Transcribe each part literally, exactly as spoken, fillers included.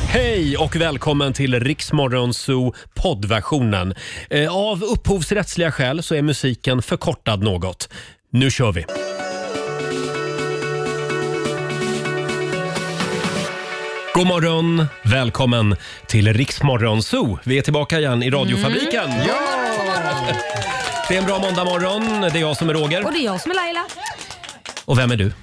Hej och välkommen till Riksmorgon Zoo poddversionen. Eh, av upphovsrättsliga skäl så är musiken förkortad något. Nu kör vi! God morgon, välkommen till Riksmorgon Zoo. Vi är tillbaka igen i radiofabriken. Mm. Ja! Det är en bra måndag morgon. Det är jag som är Roger. Och det är jag som är Laila. Och vem är du?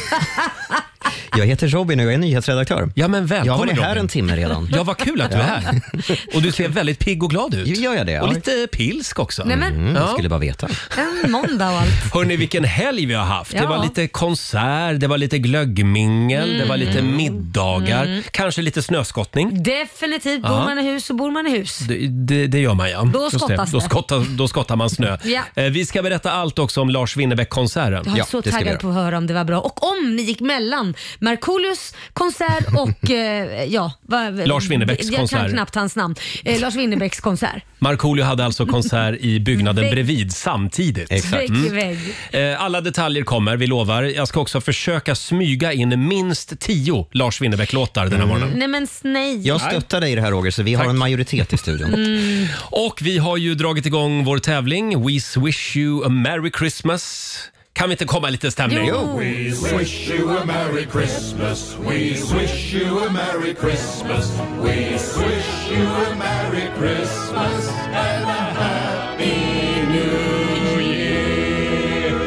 Jag heter Robin och jag är nyhetsredaktör. Ja, men välkommen, jag har varit här Robin. En timme redan. Ja, vad kul att du är här. Och du ser väldigt pigg och glad ut. Gör jag det? Och lite pilsk också. Nej, men, mm, jag skulle bara veta. En måndag och allt. Hörrni, vilken helg vi har haft. Ja. Det var lite konsert, det var lite glöggmingel, mm. det var lite middagar, mm. kanske lite snöskottning. Definitivt. Bor ja. man i hus så bor man i hus. Det, det, det gör man, ja. Då skottas det. Då skottar, då skottar man snö. Ja. Eh, vi ska berätta allt också om Lars Winnerbäck-konserten. Jag är ja, så taggad på att höra om det var bra. Och om ni gick mellan Markoolios konsert och eh, ja, va, Lars Winnerbäcks jag konsert. Jag kan knappt hans namn. Eh, Lars Winnerbäcks konsert. Markoolio hade alltså konsert i byggnaden Vägg. bredvid samtidigt. Exakt. Mm. Vägg. Eh, alla detaljer kommer, vi lovar. Jag ska också försöka smyga in minst tio Lars Winnerbäck-låtar den här Mm. morgonen. Nej men snäll. Jag stöttar dig i det här, Roger, så vi Tack. har en majoritet i studion. Mm. Och vi har ju dragit igång vår tävling We wish you a merry Christmas. Kan vi inte komma lite stämning? Jo. We wish you a merry Christmas. We wish you a merry Christmas. We wish you a merry Christmas and a happy new year.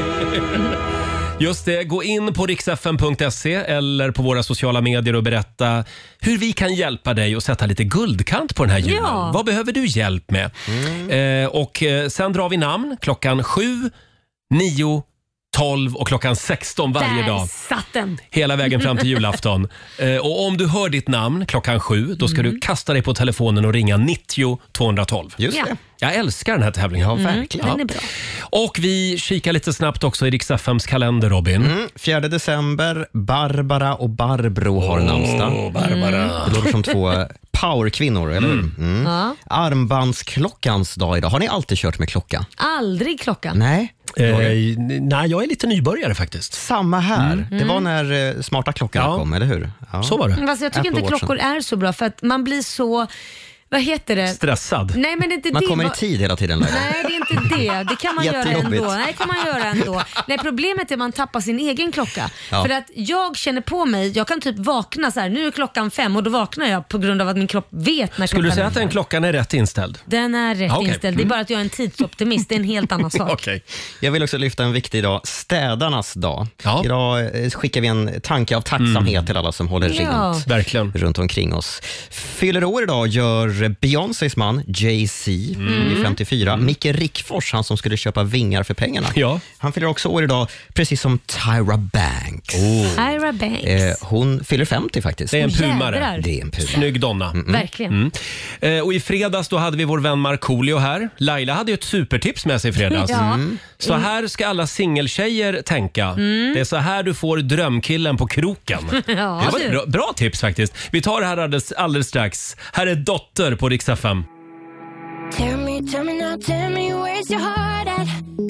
Just det, gå in på riks f m punkt se eller på våra sociala medier och berätta hur vi kan hjälpa dig att sätta lite guldkant på den här julen. Ja. Vad behöver du hjälp med? Mm. Eh, och eh, sen drar vi namn klockan sju, nio, tolv och klockan sexton varje Där dag. satt den. Hela vägen fram till julafton. Eh, och om du hör ditt namn klockan sju, då ska Mm. du kasta dig på telefonen och ringa nittio tvåhundratolv. Just Ja. det. Jag älskar den här tävlingen. Ja, verkligen. Den är bra. Och vi kikar lite snabbt också i Rix F M:s kalender, Robin. Mm, fjärde december, Barbara och Barbro har namnsdag. Åh, Barbara. Det låter som två powerkvinnor, eller hur? Mm. Ja. Armbandsklockans dag idag. Har ni alltid kört med klocka? Aldrig klockan. Nej. Eh, nej, jag är lite nybörjare faktiskt. Samma här. Det var när eh, smarta klockorna Ja. kom, eller hur? Ja. Så var det. Fast jag tycker Apple inte Watchen. klockor är så bra för att man blir så, vad heter det? Stressad. Nej men det är inte Man det. kommer i Va- tid hela tiden. Laila. Nej, det är inte det. Det kan man göra Jättejobbigt. ändå. Nej, det kan man göra ändå. Nej, problemet är att man tappar sin egen klocka. Ja. För att jag känner på mig, jag kan typ vakna så här, nu är klockan fem och då vaknar jag på grund av att min kropp vet när Skulle du klockan säga är att den fem. klockan är rätt inställd? Den är rätt Ah, okej. inställd. Det är bara att jag är en tidsoptimist. Det är en helt annan sak. Okej. Jag vill också lyfta en viktig dag, städarnas dag. Ja. Idag eh, skickar vi en tanke av tacksamhet till alla som håller Ja. rent Verkligen. runt omkring oss. Fyller år idag gör Beyoncés man Jay-Z, Mm. i femtiofyra. Micke Rickfors, han som skulle köpa vingar för pengarna. Ja. Han fyller också år idag, precis som Tyra Banks. Tyra Banks. Eh, hon fyller femtio faktiskt. Det är en Åh, pumare. jädrar. Det är en puma. Snygg donna. Verkligen. Eh, och i fredags då hade vi vår vän Markoolio här. Laila hade ju ett supertips med sig i fredags. Ja. Så här ska alla singeltjejer tänka. Det är så här du får drömkillen på kroken. Ja, Det var du. ett bra, bra tips faktiskt. Vi tar det här alldeles, alldeles strax. Här är Dotter på Rix F M. Tell me, tell me now, tell me where's your heart at?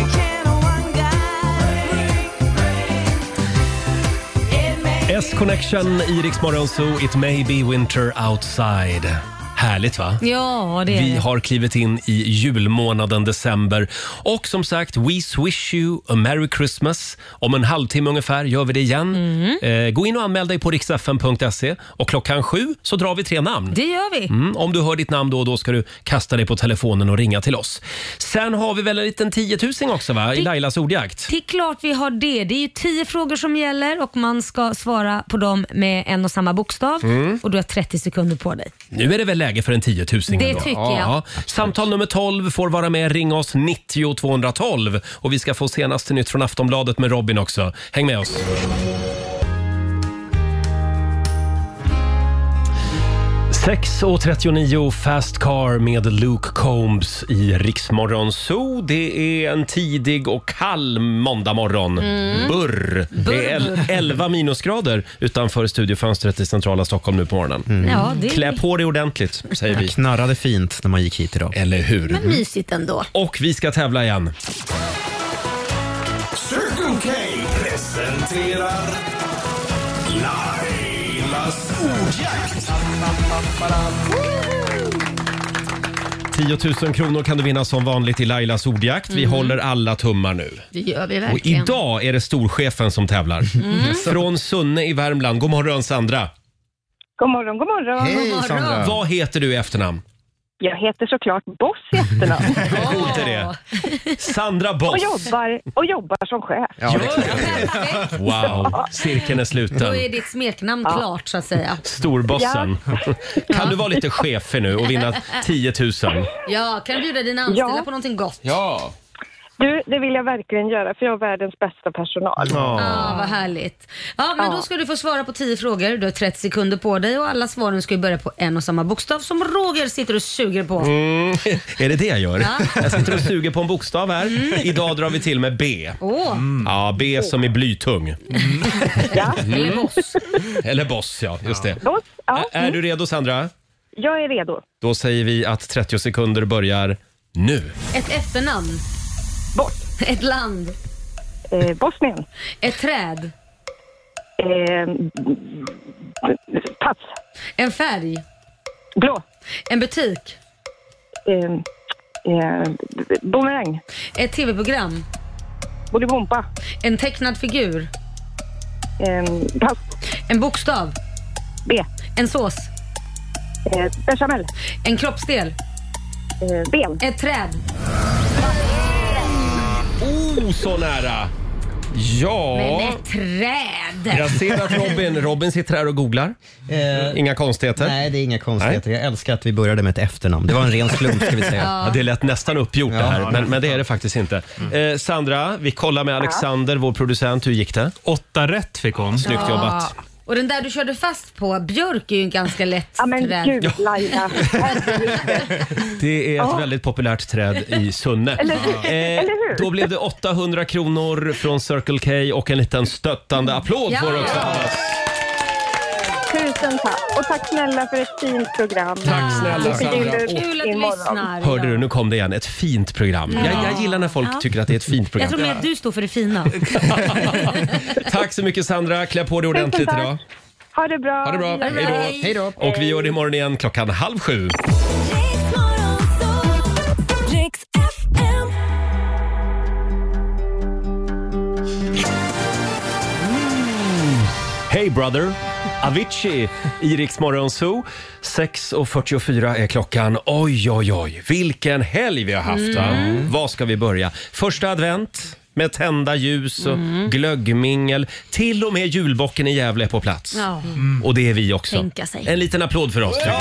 S-Connection i Rix Morgon Zoo, It may be winter outside. Härligt va? Ja, det är Vi det. har klivit in i julmånaden december. Och som sagt, we wish you a merry Christmas. Om en halvtimme ungefär gör vi det igen. Mm. Eh, gå in och anmäl dig på riks f m punkt se. Och klockan sju så drar vi tre namn. Det gör vi. Mm, om du hör ditt namn då och då ska du kasta dig på telefonen och ringa till oss. Sen har vi väl en liten tiotusing också va? I Det- Lailas ordjakt. Det är klart vi har det. Det är ju tio frågor som gäller och man ska svara på dem med en och samma bokstav. Mm. Och du har trettio sekunder på dig. Nu är det väl läge för en tiotusing Det ändå. tycker jag. Ja. Samtal nummer tolv får vara med. Ring oss nittio tvåhundratolv. Och vi ska få senaste nytt från Aftonbladet med Robin också. Häng med oss. sex och trettionio Fast Car med Luke Combs i Rix Morgon Zoo. Det är en tidig och kall måndagmorgon. Mm. Burr. Det är el- elva minusgrader utanför studiofönstret i centrala Stockholm nu på morgonen. Ja, det Klä är på dig ordentligt, säger vi. Knarrade fint när man gick hit idag. Eller hur? men mysigt ändå. Och vi ska tävla igen. Circle K presenterar Laila Lailas ordjakt. tio tusen kronor kan du vinna som vanligt i Lailas ordjakt. Vi mm. håller alla tummar nu. Det gör vi verkligen. Och idag är det storchefen som tävlar. Mm. Från Sunne i Värmland. God morgon, Sandra. God morgon, god morgon. Hej, god morgon. Sandra. Vad heter du i efternamn? Jag heter såklart Boss i efternamn. Coolt är det. Sandra Boss. Och jobbar, och jobbar som chef. Ja, det Wow, cirkeln är sluten. Då är ditt smeknamn ja. klart så att säga. Storbossen. Ja. Kan du vara lite chef nu och vinna tio tusen? Ja, kan du bjuda dina anställda ja. på någonting gott? Ja. Du, det vill jag verkligen göra för jag är världens bästa personal. Ja, ah, vad härligt. Ja, men ja. då ska du få svara på tio frågor. Du har trettio sekunder på dig och alla svaren ska ju börja på en och samma bokstav som Roger sitter och suger på. Mm. Är det det jag gör? Ja. Jag sitter och suger på en bokstav här. Mm. Idag drar vi till med B. Oh. Mm. Ja, B som är blytung. Mm. Ja. Mm. Eller boss. Eller boss, ja. Just det. Boss, ja. Är du redo, Sandra? Jag är redo. Då säger vi att trettio sekunder börjar nu. Ett efternamn. Bort. Ett land. Eh, Bosnien. Ett träd. Eh, pass. En färg. Blå. En butik. Eh, eh, Boomerang. Ett tv-program. Bolibompa. En tecknad figur. Eh, pass. En bokstav. B. En sås. Eh, bechamel. En kroppsdel. Eh, ben. Ett träd. Oh, så nära! Ja. Men ett träd. Jag ser att Robin, Robin sitter här och googlar. Eh, inga konstigheter. Nej, det är inga konstigheter. Nej. Jag älskar att vi började med ett efternamn. Det var en ren slump ska vi säga. Ja. Ja, det lät nästan uppgjort ja, det här, men, men det är det faktiskt inte. Mm. Eh, Sandra, vi kollar med Alexander, vår producent. Hur gick det? Åtta rätt fick hon. Snyggt ja. jobbat. Och den där du körde fast på, björk är ju en ganska lätt ja, men träd. Gud, Laila. Det är ett oh. väldigt populärt träd i Sunne. Eller, eh, eller hur? Då blev det åttahundra kronor från Circle K och en liten stöttande applåd ja. för också. Tusen tack. Och tack snälla för ett fint program. Tack snälla, Sandra. Kul att du lyssnar. Hörde du, nu kom det igen. Ett fint program. Ja. Jag, jag gillar när folk ja. tycker att det är ett fint program. Jag tror mer att du står för det fina. Tack så mycket, Sandra. Klä på dig ordentligt idag. Ha det bra. Ha det bra. Hej då. Hej då. Och vi gör det imorgon igen klockan halv sju. Hey brother, Avicii i Rix Morgon Zoo. sex och fyrtiofyra är klockan. Oj, oj, oj. Vilken helg vi har haft, va? Mm. Var ska vi börja? Första advent med tända ljus och mm. glöggmingel. Till och med julbocken i Gävle är på plats. Ja. Mm. Och det är vi också. Tänka sig. En liten applåd för oss. Ja.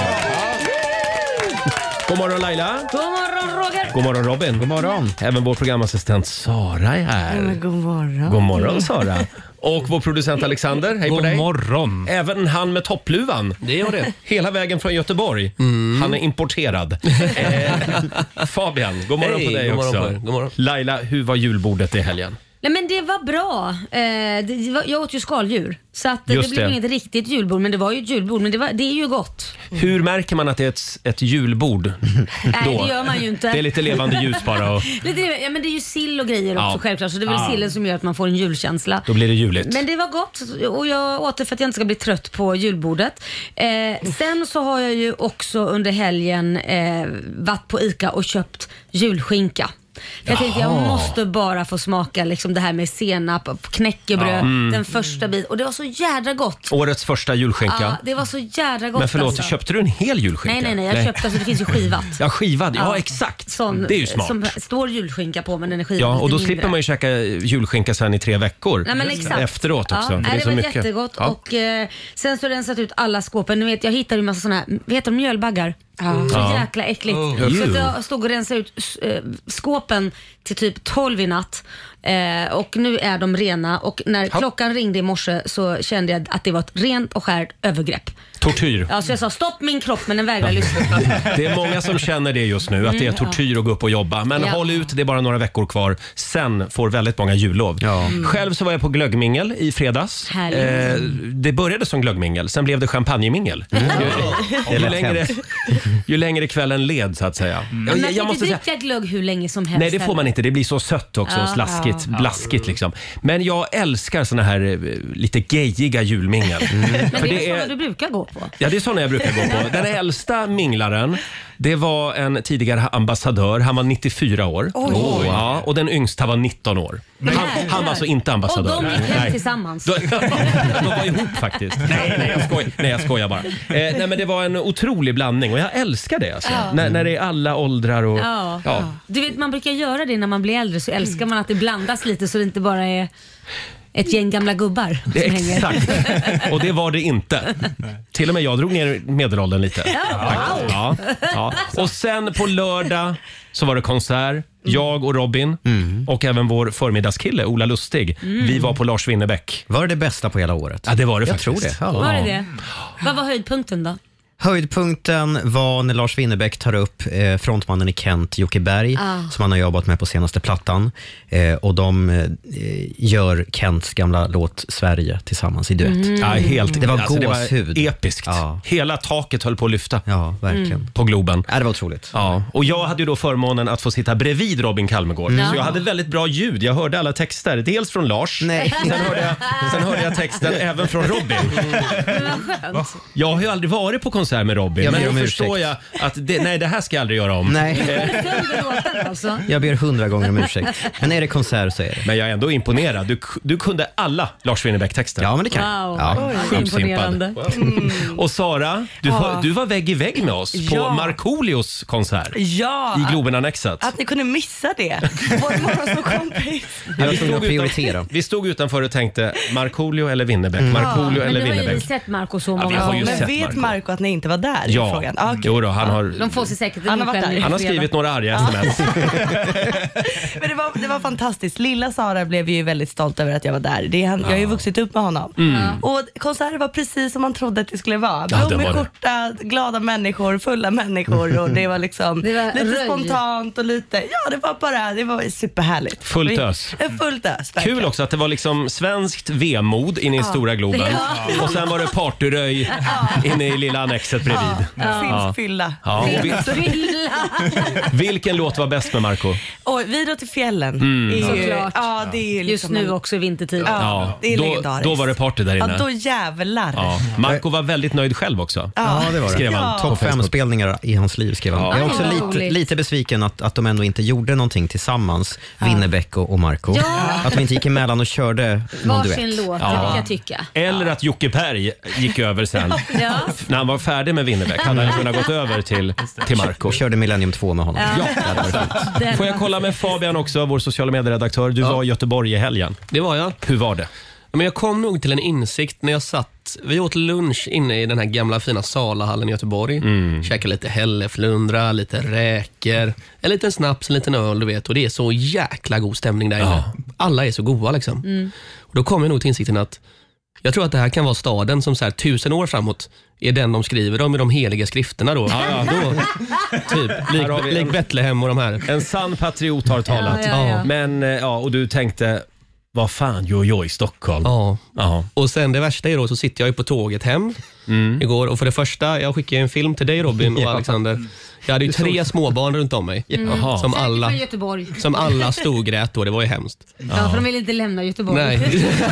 God morgon Laila. God morgon Roger. God morgon Robin. God morgon. Även vår programassistent Sara är här. Mm, god morgon. God morgon Sara. Och vår producent Alexander, hej på God dig. God morgon. Även han med toppluvan. Det är det. Hela vägen från Göteborg. Mm. Han är importerad. eh, Fabian, god morgon hey, på dig god också. morgon på god morgon. Laila, hur var julbordet i helgen? Nej men det var bra. Eh, det var, jag åt ju skaldjur. Så att det Just blev det. inget riktigt julbord, men det var ju ett julbord. Men det, var, det är ju gott. Hur märker man att det är ett, ett julbord? Nej, det gör man ju inte. Det är lite levande ljus bara. Och... lite, ja, men det är ju sill och grejer också ja. självklart. Så det är väl ja. sillen som gör att man får en julkänsla. Då blir det juligt. Men det var gott och jag åt det för att jag inte ska bli trött på julbordet. Eh, sen så har jag ju också under helgen eh, varit på ICA och köpt julskinka. För jag tänkte jag måste bara få smaka liksom det här med senap, knäckebröd, ja. mm. den första bit. Och det var så jädra gott. Årets första julskinka. Ja, det var så jädra gott. Men förlåt, alltså. Köpte du en hel julskinka? Nej, nej, nej. Jag nej. köpte, alltså det finns ju skivat. Ja, skivad. Ja, ja exakt. Sån, det är ju smart. Som står julskinka på, men den är skivad. Ja, och då mindre. slipper man ju käka julskinka sen i tre veckor. Nej, men exakt. Efteråt också. Ja, det, nej, är det så var mycket. jättegott. Ja. Och eh, sen så har den satt ut alla skåpen. Ni vet, jag hittade ju massa såna här, vad heter de, mjölbaggar? Mm. Så Ja. jäkla äckligt. Oh. Så att jag stod och rensade ut äh, skåpen till typ tolv i natt. Eh, och nu är de rena. Och när Ha. klockan ringde i morse så kände jag att det var ett rent och skärt övergrepp. Tortyr. Ja, så jag sa stopp min kropp, men den vägrar lyssna. Det är många som känner det just nu, att det är tortyr att gå upp och jobba. Men Ja. håll ut, det är bara några veckor kvar. Sen får väldigt många jullov. Ja. Mm. Själv så var jag på glöggmingel i fredags. Härligt. Eh, det började som glöggmingel, sen blev det champagnemingel. Mm. Ju, ju, längre, ju längre kvällen led så att säga. Men Jag, man jag, kan jag inte måste säga, dricka glögg hur länge som helst. nej det får man inte, det blir så sött också och Ja. slaskigt. blaskigt, blaskigt liksom. Men jag älskar såna här eh, lite gejiga julmingel. Mm. Men det är, det är såna du brukar gå på. Ja, det är såna jag brukar gå på. Den äldsta minglaren, det var en tidigare ambassadör. Han var nittiofyra år. Oj. Ja, och den yngsta var nitton år. Han, han var alltså inte ambassadör. Och de gick hem tillsammans. De, de var ihop faktiskt. Nej, nej, jag skojar, nej, jag skojar bara. Eh, nej, men det var en otrolig blandning och jag älskar det. Alltså. Ja. När, när det är alla åldrar och... Ja. Ja. Du vet, man brukar göra det när man blir äldre, så älskar man att det blandas lite så det inte bara är ett gäng gamla gubbar som Det är hänger. exakt. Och det var det inte. Till och med jag drog ner medelåldern lite. Ja, wow. Ja, ja. Och sen på lördag så var det konsert. Jag och Robin Mm. och även vår förmiddagskille Ola Lustig. Mm. Vi var på Lars Winnerbäck. Var det det bästa på hela året? Ja, det var det Jag faktiskt. tror det. Ja. Var det det? Vad var höjdpunkten då? Höjdpunkten var när Lars Winnerbäck tar upp eh, frontmannen i Kent, Jocke Berg, Ah. som han har jobbat med på senaste plattan. Eh, och de eh, gör Kents gamla låt Sverige tillsammans i duett. Mm. Ja, helt, Det var alltså, gåshud. Det var episkt. Ja. Hela taket höll på att lyfta Ja, verkligen. Mm. på Globen. Ja, det var otroligt. Ja, och jag hade ju då förmånen att få sitta bredvid Robin Kalmegård. Mm. Så jag hade väldigt bra ljud. Jag hörde alla texter. Dels från Lars. Nej. Sen hörde jag, sen hörde jag texten även från Robin. Men vad skönt. Jag har ju aldrig varit på konsert med Robin. Jag Men ber då om förstår jag ursäkt. att det, nej, det här ska jag aldrig göra om. Nej, Sönder låten alltså. jag ber hundra gånger om ursäkt. Men är det konsert så är det. Men jag är ändå imponerad. Du, du kunde alla Lars Winnerbäck-texter. Ja, men det kan Wow. ja. Oj, Sjukt imponerande. Och Sara, du, Ja. du var vägg i vägg med oss på Ja. Markoolios konsert Ja, i Globen-annexet. att ni kunde missa det. Vår morgonsåkompis. Jag var Vi tvungen stod, att prioritera. utan, vi stod utanför och tänkte Markoolio eller Winnerbäck, Mm. Markoolio Men eller du har ju Winnerbäck. sett Marco så Ja, vi många har ju gånger. sett Men vet Marco. Marco att ni inte var där? i Ja, frågan? Ah, okej. jo då, han har, De får sig säkert en Han har varit utskällning där. han har på fredag. skrivit några arga sms. Men det var, det var fantastiskt. Lilla Sara blev ju väldigt stolt över att jag var där. Det är, han, jag har ju vuxit upp med honom. Och konserten var precis som man trodde att det skulle vara. Ja, det Blommig var det. skjorta, glada människor, fulla människor. Och det var liksom Det var lite röj. spontant och lite, ja det var bara, det var superhärligt. Fullt Vi- ös. Eh, Fullt ös, verkligen. Kul också att det var liksom svenskt vemod inne i stora Globen. Ja. Och sen var det partyröj inne i lilla annexet bredvid. Finsk fylla. Ja, och vil- Fylla. vilken låt var bäst med Marco? Och vi då till fjällen. Mm. Är ju, Såklart. ja, det är ju Just liksom nu en- också i vintertid. Ja, Ja, det är då, legendariskt. då var det party där Ja, inne. då jävlar. Ja. Marco var väldigt nöjd själv också. Ja, det var det. Skrev han Ja. på Topp fem Facebook. spelningar i hans liv, skrev han. Ja. Jag är också Aj, vad lite, roligt. lite besviken att, att de ändå inte gjorde någonting tillsammans, Winnerbäck och, och Marco. Ja. Att de inte gick emellan och körde någon Varsin duett. låt, Ja. det kan jag tycka. Eller att Jocke Berg gick över sen. Ja. När han var färdig med Winnerbäck hade han kunnat gått över till, till Marco. Och körde Millennium två med honom. Ja. det hade varit fint. Den- Får jag kolla med Fabian också, vår sociala medieredaktör. Du var i Göteborg i helgen. Det var jag. Hur var det? Men jag kom nog till en insikt när jag satt, vi åt lunch inne i den här gamla fina Salahallen i Göteborg. Mm. Käkade lite hälleflundra, lite räkor, en liten snaps, en liten öl, du vet. Och det är så jäkla god stämning där inne. Ja. Alla är så goda liksom. Och då kom jag nog till insikten att jag tror att det här kan vara staden som så här tusen år framåt är den de skriver om i de heliga skrifterna då. Ja, ja. då typ, lik, Här har vi lik en- Betlehem och de här. En sann patriot har talat. Ja, ja, ja. Men, eh, ja, och du tänkte, vad fan gör jag i Stockholm? Ja. Ja. Och sen det värsta är då så sitter jag ju på tåget hem igår och för det första, jag skickade en film till dig Robin och Alexander. Jag hade ju tre småbarn runt om mig Jaha. som Säkert alla, från Göteborg. som alla storgrät då, det var ju hemskt. Ja, för de vill inte lämna Göteborg. Nej.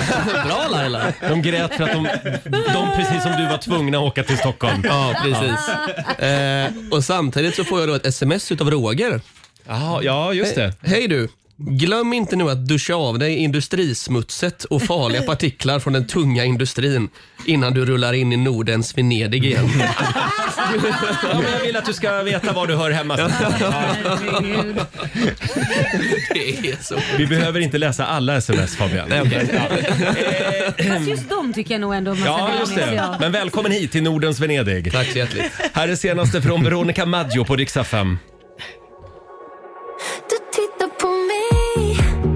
Bra Laila. De grät för att de, de, precis som du, var tvungna att åka till Stockholm. Ja, precis. Eh, och samtidigt så får jag då ett sms utav Roger. Ja, ja, just det. Hej du. Glöm inte nu att duscha av dig industrismutset och farliga partiklar från den tunga industrin innan du rullar in i Nordens Venedig igen. Ja, men jag vill att du ska veta var du hör hemma. Herregud. Det är så. Vi behöver inte läsa alla sms, Fabian. Nej, okej. Fast just de tycker jag nog ändå man ska Ja, dela just med sig det. av. Men välkommen hit till Nordens Venedig. Tack så hjärtligt. Här är senaste från Veronica Maggio på Rix F M. Du tittar på mig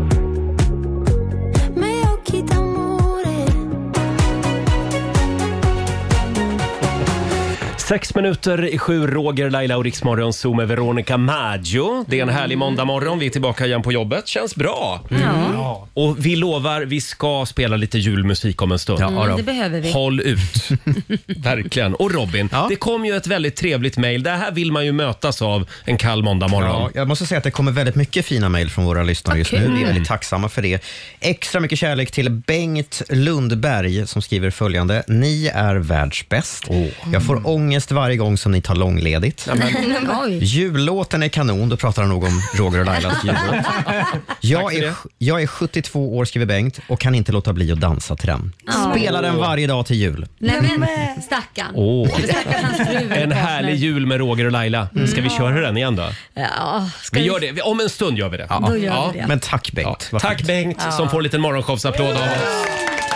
med occhi d'amore. Sex minuter i sju, Roger, Laila och Riksmorgon Zoom med Veronica Maggio. Det är en härlig måndag morgon. Vi är tillbaka igen på jobbet. Känns bra. Mm. Ja. Och vi lovar, vi ska spela lite julmusik om en stund. Mm, ja, det behöver vi. Håll ut. Verkligen. Och Robin, ja. det kom ju ett väldigt trevligt mejl. Det här vill man ju mötas av en kall måndag morgon. Ja, jag måste säga att det kommer väldigt mycket fina mejl från våra lyssnare just nu. Vi är väldigt tacksamma för det. Extra mycket kärlek till Bengt Lundberg som skriver följande: ni är världsbäst. Oh. Jag får ångest varje gång som ni tar långledigt. Mm. Jullåten är kanon. Då pratar han nog om Roger och Lailas jullåt. Jag är, jag är sjuttiotvå år, skriver Bengt, och kan inte låta bli att dansa till den. Oh. Spela den varje dag till jul. Nej men stackarn. Oh. Stackarn en härlig jul med Roger och Laila. Mm. Ska vi köra den igen då? Ja, vi, vi gör det. Om en stund gör vi det. Ja. Gör ja. vi det. Men tack Bengt. Ja. Tack Bengt ja. som får en liten morgonshowsapplåd av oss.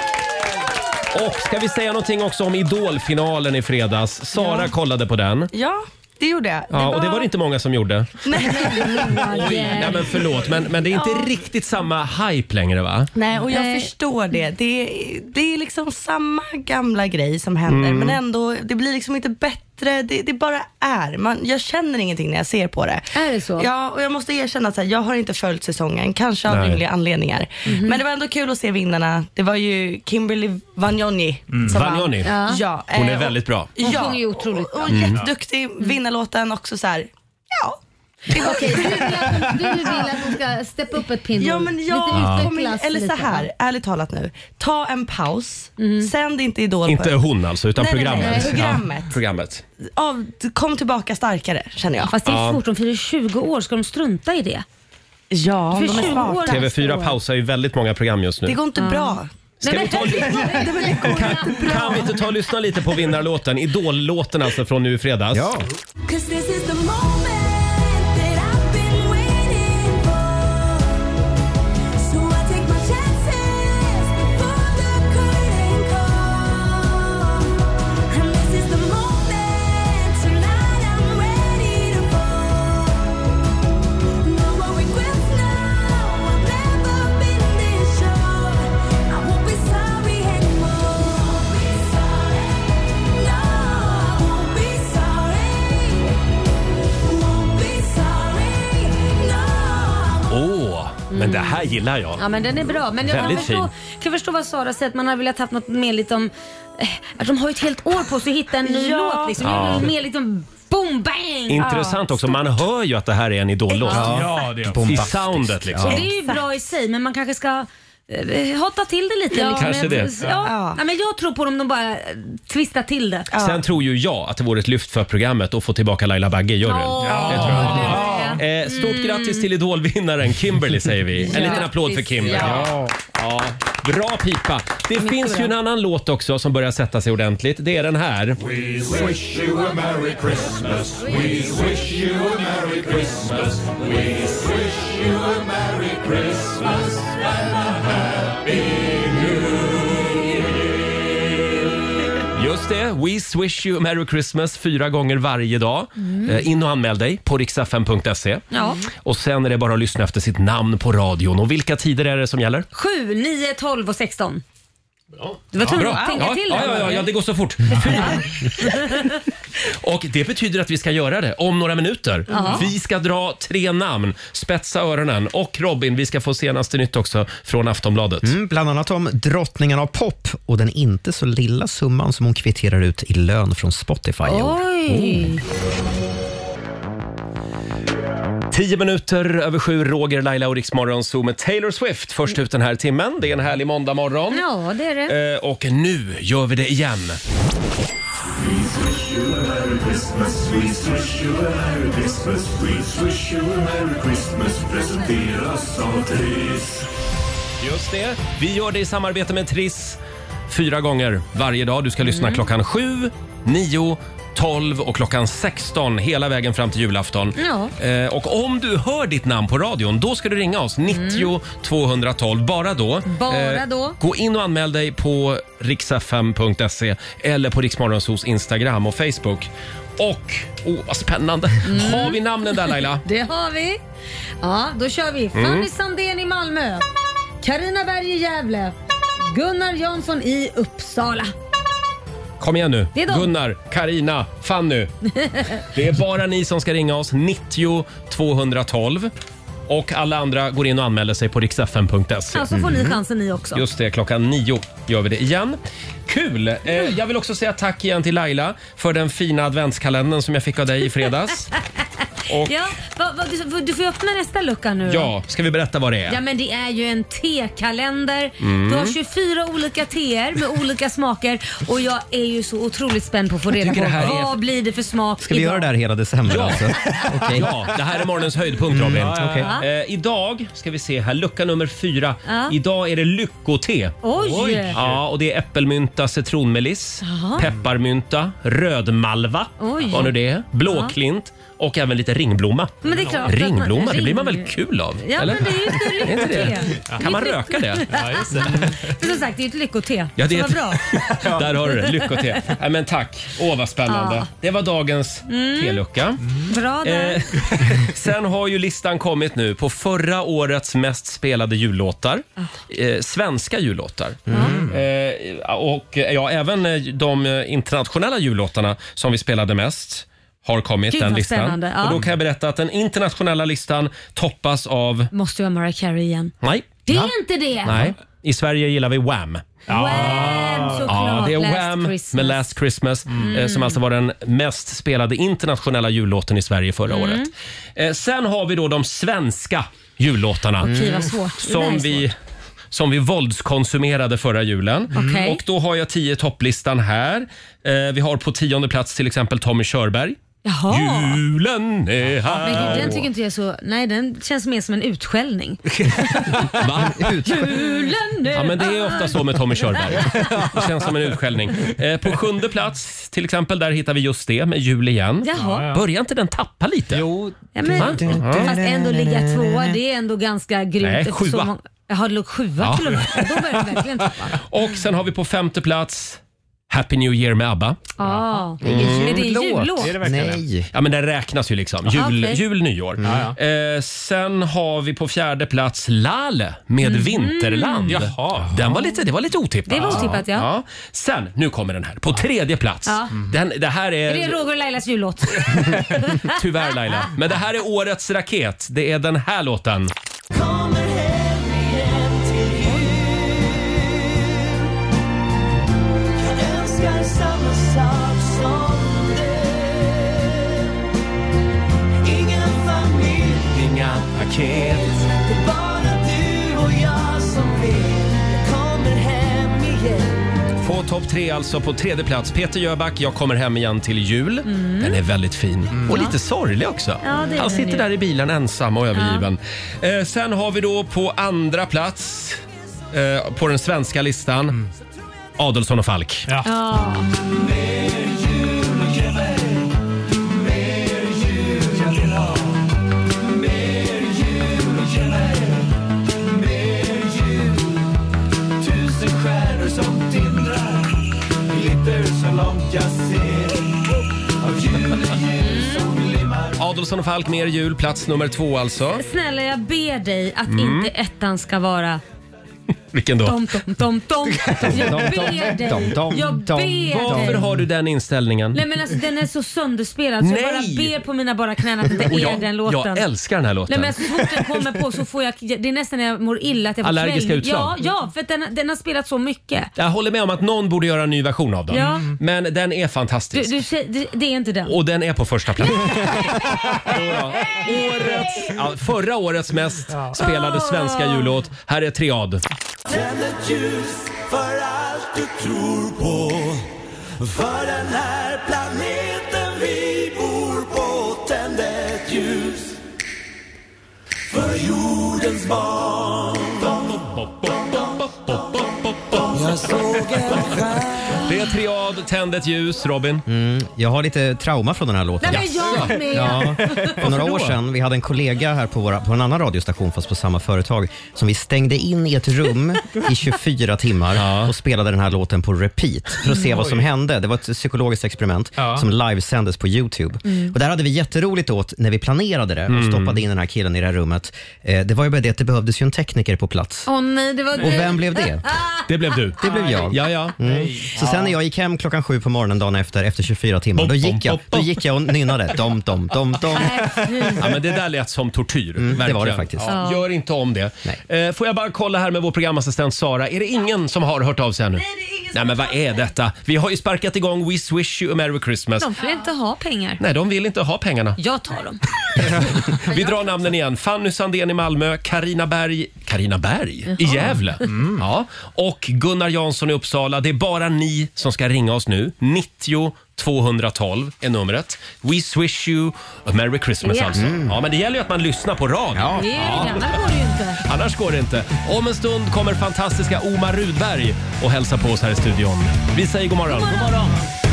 Och ska vi säga någonting också om Idol-finalen i fredags? Sara ja. kollade på den. Ja, det gjorde jag. Det ja, var... Och det var det inte många som gjorde. Nej, Oj, nej men förlåt. Men, men det är inte ja. riktigt samma hype längre, va? Nej, och jag nej. förstår det. Det, det är liksom samma gamla grej som händer. Mm. Men ändå, det blir liksom inte bättre. Det, det bara är. Man, jag känner ingenting när jag ser på det. Är det så? Ja, och jag måste erkänna att så här, jag har inte följt säsongen. Kanske av rimliga anledningar. Mm-hmm. Men det var ändå kul att se vinnarna. Det var ju Kimberly Vagnoni. Mm. Vagnoni? Ja. Ja, hon är väldigt bra. Hon ja, sjunger ju otroligt bra. Och, och mm. jätteduktig. Vinnarlåten också så här. Ja. Okej, du, du vill att hon ska steppa upp ett pinnhål. Ja, men jag ja. kommer, eller så här, lite. ärligt talat nu. Ta en paus. Mm. Sänd inte Idol. Inte på. hon alltså, utan nej, programmet. Nej, nej, programmet. Ja, programmet. Av, kom tillbaka starkare, känner jag. Fast det är ja. fort, de firar tjugo år. Ska de strunta i det? Ja, de är smart. T V fyra pausar ju väldigt många program just nu. Det går inte ja. bra. Ska vi ta, kan, kan vi inte ta och lyssna lite på vinnarlåten? Idol-låten alltså från nu i fredags. Ja. Men det här gillar jag. Ja, men den är bra. Men jag kan förstå, kan förstå vad Sara säger, att man har velat haft något mer lite om... Att de har ju ett helt år på sig att hitta en ny ja. låt. Liksom. Ja. Mer liksom boom, bang! Intressant ja, också. Man hör ju att det här är en Idol-låt. Ja, ja det är i soundet liksom. Ja. Och det är ju bra i sig, men man kanske ska... hotta till det lite. Ja, liksom. kanske det. Ja. Ja. Ja, men jag tror på dem, de bara twistar till det. Ja. Sen tror ju jag att det vore ett lyft för programmet att få tillbaka Laila Bagge i juryn. Ja. Det tror jag. Eh, stort mm. grattis till Idolvinnaren Kimberly, säger vi. En liten applåd för Kimberly. Ja. Ja. Bra pipa. Det Mycket finns bra. ju en annan låt också som börjar sätta sig ordentligt. Det är den här. We wish you a Merry Christmas. We wish you a Merry Christmas. We wish you a Merry Christmas and a Happy New Year. Just det, We Swish You a Merry Christmas fyra gånger varje dag. Mm. Eh, in och anmäl dig på riks f m punkt se. Ja. Och sen är det bara att lyssna efter sitt namn på radion. Och vilka tider är det som gäller? sju, nio, tolv och sexton. Bra. Det var tur ja, att tänka ja, till ja, ja, ja, ja, det går så fort. Och det betyder att vi ska göra det om några minuter. Uh-huh. Vi ska dra tre namn, spetsa öronen. Och Robin, vi ska få senaste nytt också från Aftonbladet. Mm, bland annat om drottningen av pop och den inte så lilla summan som hon kvitterar ut i lön från Spotify. Oj! Oh. Tio minuter över sju, Roger, Laila och Riksmorgon Zoom med Taylor Swift. Först ut den här timmen. Det är en härlig måndag morgon. Ja, det är det. Eh, och nu gör vi det igen. We wish you a Merry Christmas, we wish you a Merry Christmas, we wish you a Merry Christmas, presenteras av Triss. Just det. Vi gör det i samarbete med Triss fyra gånger varje dag. Du ska lyssna mm. klockan sju, nio, tolv och klockan sexton hela vägen fram till julafton. Ja. Eh, och om du hör ditt namn på radion, då ska du ringa oss nittio tvåhundratolv. Bara då. Bara då. Eh, gå in och anmäl dig på riks f m punkt se eller på Riksmorgonsos Instagram och Facebook. Och, åh oh, vad spännande. Mm. Har vi namnen där, Laila? Det har vi. Ja, då kör vi. Mm. Fanny Sandén i Malmö. Carina Berg i Gävle. Gunnar Jansson i Uppsala. Kom igen nu. Det är de. Gunnar, Karina, Fanny. Det är bara ni som ska ringa oss. nittio tvåhundratolv. Och alla andra går in och anmäler sig på riks f m punkt se. Ja, så får ni chansen ni också. Just det, klockan nio gör vi det igen. Kul! Eh, jag vill också säga tack igen till Laila för den fina adventskalendern som jag fick av dig i fredags. Och, ja, va, va, du, du får öppna nästa lucka nu. ja, ska vi berätta vad det är? Ja, men det är ju en tekalender. Mm. Du har tjugofyra olika teer med olika smaker och jag är ju så otroligt spänd på att få reda på det här är- vad blir det för smak Ska vi idag? göra det här hela december Ja. alltså? Okej. Ja, det här är morgonens höjdpunkt, Robin. Mm, okej. Eh, idag ska vi se här, lucka nummer fyra. Ja. Idag är det lyckote. Oj! Ja, och det är äppelmynta, citronmeliss, Jaha. pepparmynta, rödmalva, Oj. vad nu det är, blåklint och även lite ringblomma. Men det är klart att man- Ringblomma, det blir man väl ring- kul av? Ja, eller? men det är ju ett Är inte lyckote. det? Kan man röka det? Ja, just det. Men som sagt, det är ett lyckote. Ja, det är Så vad ett- bra. Där har du det, lyckote. Nej, men tack, åh vad spännande. Ja. Det var dagens telucka. Bra där. Eh, sen har ju listan kommit nu på förra årets mest spelade jullåtar. Eh, svenska jullåtar. Eh, och eh, ja, även eh, de eh, internationella jullåtarna som vi spelade mest har kommit, Gud, den vad listan. spännande, ja. Och då kan jag berätta att den internationella listan toppas av... Måste ju vara Mariah Carey igen. Nej. Det är inte det. Nej. I Sverige gillar vi Wham. Wham, såklart. Ja, det är Last Wham Christmas. med Last Christmas eh, som alltså var den mest spelade internationella jullåten i Sverige förra Mm. året. Eh, sen har vi då de svenska jullåtarna Okej, vad svårt. Det där är som svårt. vi som vi våldskonsumerade förra julen. Okej. Och då har jag tio topplistan här. Eh, vi har på tionde plats till exempel Tommy Körberg. Jaha. Julen är här. Men gud, den tycker inte jag så... Nej, den känns mer som en utskällning. Va? Julen är Ja, men det är ofta så med Tommy Körberg. Det känns som en utskällning. Eh, på sjunde plats till exempel, där hittar vi just det med jul igen. Jaha. Börjar inte den tappa lite? Jo, Ja, men, fast ändå ligga tvåa, det är ändå ganska grymt. Nej, efter sjua. så många- Jaha, det låg sjua Ja. till och med. Ja, då börjar det verkligen tappa. Och sen har vi på femte plats Happy New Year med ABBA. Ah. Är det en jullåt? är det verkligen det? Nej. Ja, men den räknas ju liksom. Jul, okej. jul nyår. Eh, sen har vi på fjärde plats Lale med Vinterland. Jaha. Den var lite, det var lite otippat. Det var otippat, ja. Sen, nu kommer den här. På tredje plats. Ja. Den, det här är... Är det Roger och Lailas jullåt? Tyvärr Laila. Men det här är årets raket. Det är den här låten. Inga paket. På topp tre alltså, på tredje plats Peter Jöback, Jag kommer hem igen till jul. Den är väldigt fin. Och lite sorglig också. Ja, det är Han den sitter ju. där i bilen ensam och övergiven. Eh, sen har vi då på andra plats eh, på den svenska listan Adolfsson och Falk. Ja. Adolfsson och Falk, Mer jul, plats nummer två alltså. Snälla, jag ber dig att inte ettan ska vara Vilken då? dom, dom, dom, dom. Jag Dom, ber dig. dom, dom, Jag dom, ber Varför dig. har du den inställningen? Nej, men alltså, den är så sönderspelad så jag bara Nej. ber på mina bara knän att det inte Och är jag, den låten. jag älskar den här låten. Nej, men så fort den kommer på så får jag, det är nästan när jag mår illa att jag får Allergiska kväll. utslag? Ja, ja, för att den, den har spelat så mycket. Jag håller med om att någon borde göra en ny version av den. Ja. Men den är Du, fantastisk. du, säger- det, det är inte den. Och den är på första plats. Jodå. Årets, ja, förra årets mest spelade svenska jullåt. Här är Triad. Tänd ett ljus för allt du tror på. För den här planeten vi bor på. Tänd ett ljus för jordens barn. Jag såg en stjärna. Det är Triad, Tänd ett ljus, Robin. Mm, jag har lite trauma från den här låten. Nej, men jag med. Ja, för några år sedan, vi hade en kollega här på, våra, på en annan radiostation fast på samma företag som vi stängde in i ett rum i tjugofyra timmar och spelade den här låten på repeat för att se vad som hände. Det var ett psykologiskt experiment Ja. som livesändes på YouTube. Mm. Och där hade vi jätteroligt åt när vi planerade det och stoppade in den här killen i det här rummet. Eh, det var ju bara det att det behövdes ju en tekniker på plats. Åh nej, det var Och du. vem blev det? Det blev du. det blev jag. Ja, ja. Mm. Så sen när jag gick hem klockan sju på morgonen dagen efter, efter tjugofyra timmar, då gick jag, då gick jag och nynnade. Dom, dom, dom, dom. Ja, men det där lät som tortyr. Mm, det verkligen. var det faktiskt. Ja, gör inte om det. Eh, får jag bara kolla här med vår programassistent Sara. Är det ingen som har hört av sig ännu? Nej, det är ingen som Nej, men vad är detta? Vi har ju sparkat igång We Swish You a Merry Christmas. De får inte ha pengar. Nej, de vill inte ha pengarna. Jag tar dem. Vi drar namnen igen. Fanny Sandén i Malmö, Carina Berg, Carina Berg i Gävle. Mm. Ja. Och Gunnar Jansson i Uppsala. Det är bara ni som ska ringa oss nu. nittio tvåhundratolv är numret. We Swish You a Merry Christmas, Yeah. alltså. Mm. Ja, men det gäller ju att man lyssnar på radio. Ja. Det är, annars går det ju inte. Annars går det inte. Om en stund kommer fantastiska Omar Rudberg och hälsa på oss här i studion. Vi säger god morgon. God morgon. God morgon.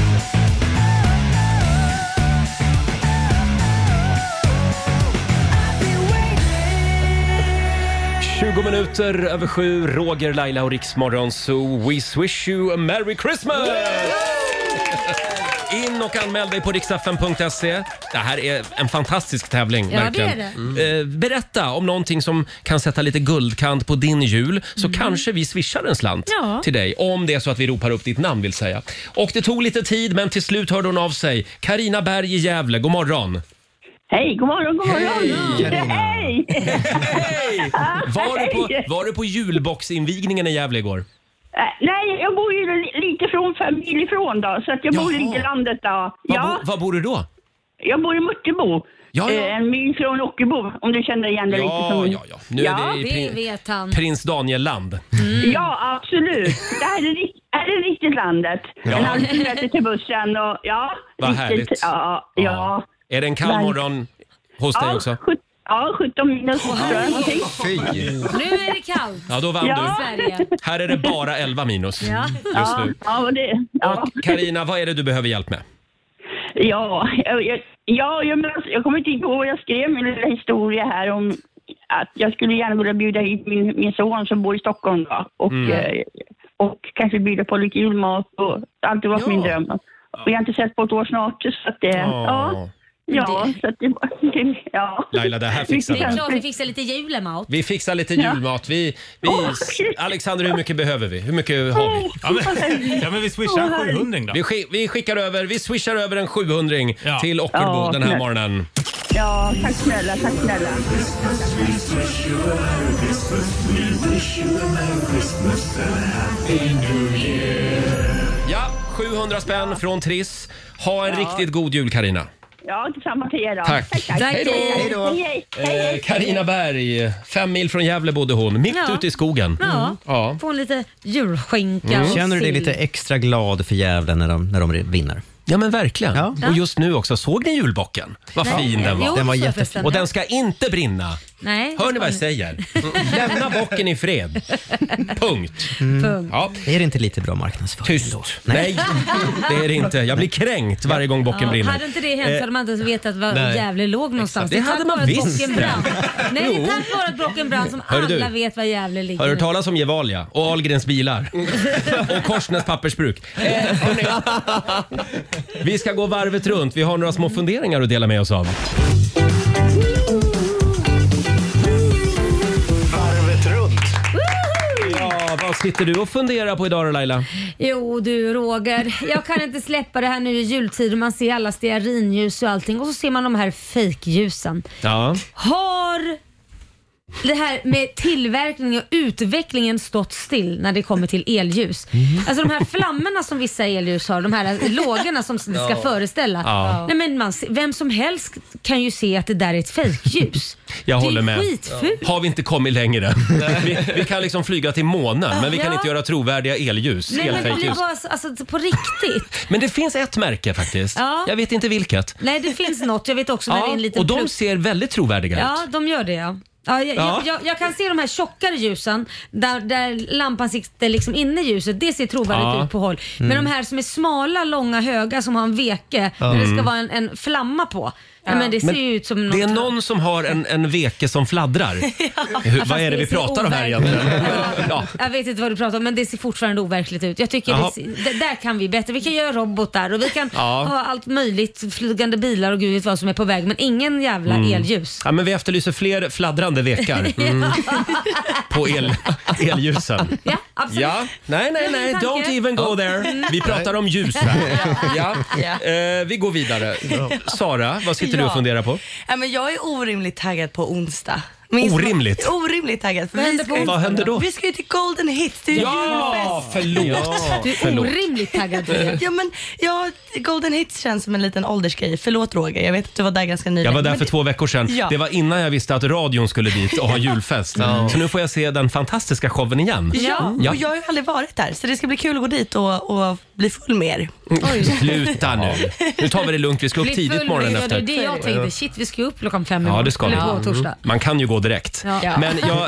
tjugo minuter över sju, Roger, Laila och Riksmorgon, så We Swish You a Merry Christmas! In och anmäl dig på riksfn punkt se. Det här är en fantastisk tävling. Ja, verkligen. det är det. Mm. Eh, berätta om någonting som kan sätta lite guldkant på din jul, så Mm. kanske vi swishar en slant Ja. till dig. Om det är så att vi ropar upp ditt namn, vill säga. Och det tog lite tid, men till slut hörde hon av sig. Carina Berg i Gävle, god morgon. Hej, god morgon, god morgon. Hej, Carina. Hej! Hej! Var du på, var du på julboxinvigningen i Gävle igår? Äh, nej, jag bor ju li- lite från familj ifrån då, så att jag bor Jaha. lite i landet då. Var, Ja, bo, var bor du då? jag bor i Mörtebo. Ja, ja. Eh, En mil från Ockelbo, om du känner igen det lite. Ja, Som... ja, ja. Nu Ja, är det i Det prin, vet han. prins Daniel-land. Ja, absolut. Det här är, ri- är det riktigt landet. Ja. En halvkilometer till bussen och ja. Vad riktigt, härligt. Ja, ja. Är det en kall Verk- morgon hos dig Ja, också? sjut- ja, sjutton minus tror jag någonting. Fy. Nu är det kallt Ja, då vann Ja. du. Sverige. Här är det bara elva minus Ja. just Ja, nu. ja, och det, ja. Och Carina, vad är det du behöver hjälp med? Ja, jag, jag, ja jag, men alltså, jag kommer inte ihåg vad jag skrev min lilla historia här om att jag skulle gärna vilja bjuda hit min, min son som bor i Stockholm då, och, Mm. eh, och kanske bjuda på lite julmat och allt det var Ja. min dröm. Och jag har inte sett på ett år snart så att det, ja, ja, så att det, det ja. Laila, det här Det fixar är vi. klart vi fixar lite julemat. Vi fixar lite julmat. Vi, vi, Alexander, hur mycket behöver vi? Hur mycket har vi? Ja, men, ja, men vi swishar en sjuhundring då. Vi, skick, vi skickar över, vi swishar över en sjuhundring Ja. till Ockelbo Ja, den här snälla. morgonen. Ja, tack snälla, tack snälla. Ja, sjuhundra spänn från Triss. Ha en riktigt god jul, Carina. Ja, detsamma till er då. Tack. Tack, tack. Tack. Hej då. Hej då. Hej, hej. Eh, Carina Berg, fem mil från Gävle bodde hon, mitt Ja. ute i skogen. Ja, Ja. få en lite julskinka och Känner du dig sill. lite extra glad för Gävle när de, när de vinner? Ja, men verkligen. Ja. Och just nu också, såg ni julbocken? Vad Nej. fin den var. Jo, Den var så jättefin. förresten. Och den ska inte brinna. Nej, Hör ni vad jag säger? Lämna bocken i fred. Punkt. Punkt. Ja, Är det inte lite bra marknadsföring tyst. då? Nej, det är det inte. Jag blir kränkt varje gång bocken Ja, brinner. hade inte det hänt så hade man inte vetat var nej. Gävle låg någonstans. Det hade tack man vare att visst. bocken brann. Nej, det Jo. är tack vare att bocken brann som Hörru du. alla vet var Gävle ligger. Har du nu. talas om Gevalia och Ahlgrens bilar? Och Korsnäs pappersbruk? Eh, hörni, vi ska gå varvet runt. Vi har några små funderingar att dela med oss av. Varvet runt. Ja, vad sitter du och funderar på idag då, Laila? Jo du Roger, jag kan inte släppa det här nu i jultid och man ser alla stearinljus och allting och så ser man de här fejkljusen. Ja. Har det här med tillverkningen och utvecklingen stått still när det kommer till elljus? Alltså de här flammorna som vissa elljus har, de här lågorna som det ska föreställa. Ja. Nej, men man, vem som helst kan ju se att det där är ett fejkljus. Jag det håller är med. skitfult. Har vi inte kommit längre? Vi, vi kan liksom flyga till månen, men vi kan Ja. inte göra trovärdiga elljus. Nej, men det blir elfejkljus. bara så- alltså, på riktigt. Men det finns ett märke faktiskt. Ja. Jag vet inte vilket. Nej, det finns något. Jag vet också när det är en liten och de plutt. ser väldigt trovärdiga Ja, ut. de gör det ja. Ja, jag, Ja. Jag, jag, jag kan se de här tjockare ljusen där, där lampan sitter liksom inne i ljuset. Det ser trovärdigt Ja. ut på håll. Men de här som är smala, långa, höga som har en veke där det ska vara en, en flamma på. Ja, men det ser Men ju ut som något... Det är någon som har en, en veke som fladdrar. Hur, vad är det vi pratar om här egentligen? Ja. Jag vet inte vad du pratar om, men det ser fortfarande overkligt ut. Jag tycker det, det, där kan vi bättre. Vi kan göra robotar och vi kan ja. ha allt möjligt, flygande bilar och gud vet vad som är på väg, men ingen jävla mm. elljus. Ja, men vi efterlyser fler fladdrande vekar mm. på el, elljusen. Ja, absolut. Ja. Nej, nej, nej, don't even go there. Vi pratar om ljus här. Ja. Ja. Eh, vi går vidare. Sara, vad sitter ja. du och funderar på? Ja, men jag är orimligt taggad på onsdag. Orimligt? Orimligt taggad. Vad händer, på Vad händer då? Vi ska ju till Golden Hits, det är ja, julfest. Förlåt. Ja, du är förlåt. Orimligt taggad på det. Ja, men ja, Golden Hits känns som en liten åldersgrej. Förlåt Roger, jag vet att du var där ganska nyligen. Jag var där för det... två veckor sedan. Ja. Det var innan jag visste att radion skulle dit och ha julfest. Mm. Så nu får jag se den fantastiska showen igen. Ja, ja, och jag har ju aldrig varit där. Så det ska bli kul att gå dit och, och bli full med er. Oj. Sluta nu. Nu tar vi det lugnt, vi ska upp bli tidigt morgonen efter. Det är det jag tänkte, shit vi ska upp klockan fem ja, det ska vi. på torsdag. Man kan ju gå direkt. Ja. Men jag,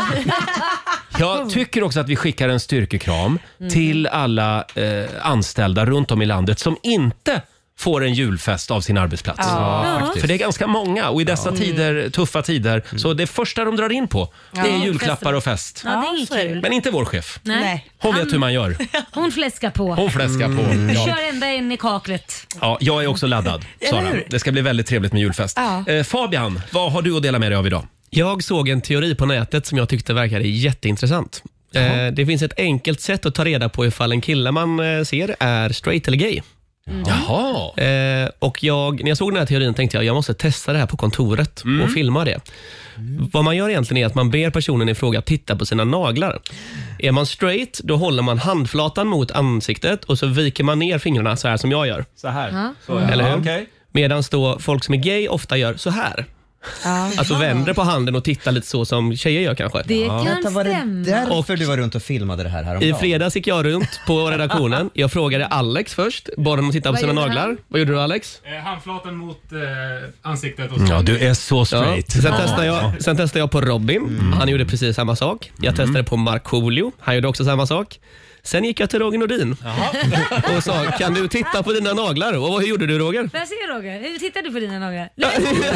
jag tycker också att vi skickar en styrkekram mm. till alla eh, anställda runt om i landet som inte får en julfest av sin arbetsplats. Ja, för det är ganska många och i dessa ja. tider, tuffa tider mm. så det första de drar in på det är ja, julklappar och fest. Ja, det är kul. Men inte vår chef. Nej. Hon vet hur man gör. Hon fläskar på. Hon fläskar på. Mm. Ja. Kör ända in i kaklet. Ja, jag är också laddad, Sara. Det ska bli väldigt trevligt med julfest. Ja. Eh, Fabian, vad har du att dela med dig av idag? Jag såg en teori på nätet som jag tyckte verkade jätteintressant. Eh, det finns ett enkelt sätt att ta reda på ifall en kille man eh, ser är straight eller gay. Mm. Jaha. Eh, och jag, när jag såg den här teorin tänkte jag jag måste testa det här på kontoret mm. och filma det. Mm. Vad man gör egentligen är att man ber personen i fråga titta på sina naglar. Är man straight, då håller man handflatan mot ansiktet och så viker man ner fingrarna så här som jag gör. Så här. Mm. Så, eller hur? Okay. Medan då folk som är gay ofta gör så här. Ah, alltså ja. vänder på handen och tittar lite så som tjejer gör kanske. Det ja. kan stämma. Var det därför och du var runt och filmade det här häromdagen? I fredags gick jag runt på redaktionen. Jag frågade Alex först, bara om att titta på sina naglar. Han? Vad gjorde du Alex? Eh, handflaten mot eh, ansiktet. Och så. Ja, du är så straight. Ja. Sen, ah. testade jag, sen testade jag på Robin. Mm. Han gjorde precis samma sak. Jag mm. testade på Markoolio. Han gjorde också samma sak. Sen gick jag till Roger Nordin och sa, kan du titta på dina naglar? Och vad gjorde du Roger? Får jag se Roger? Hur tittar du på dina naglar? ja,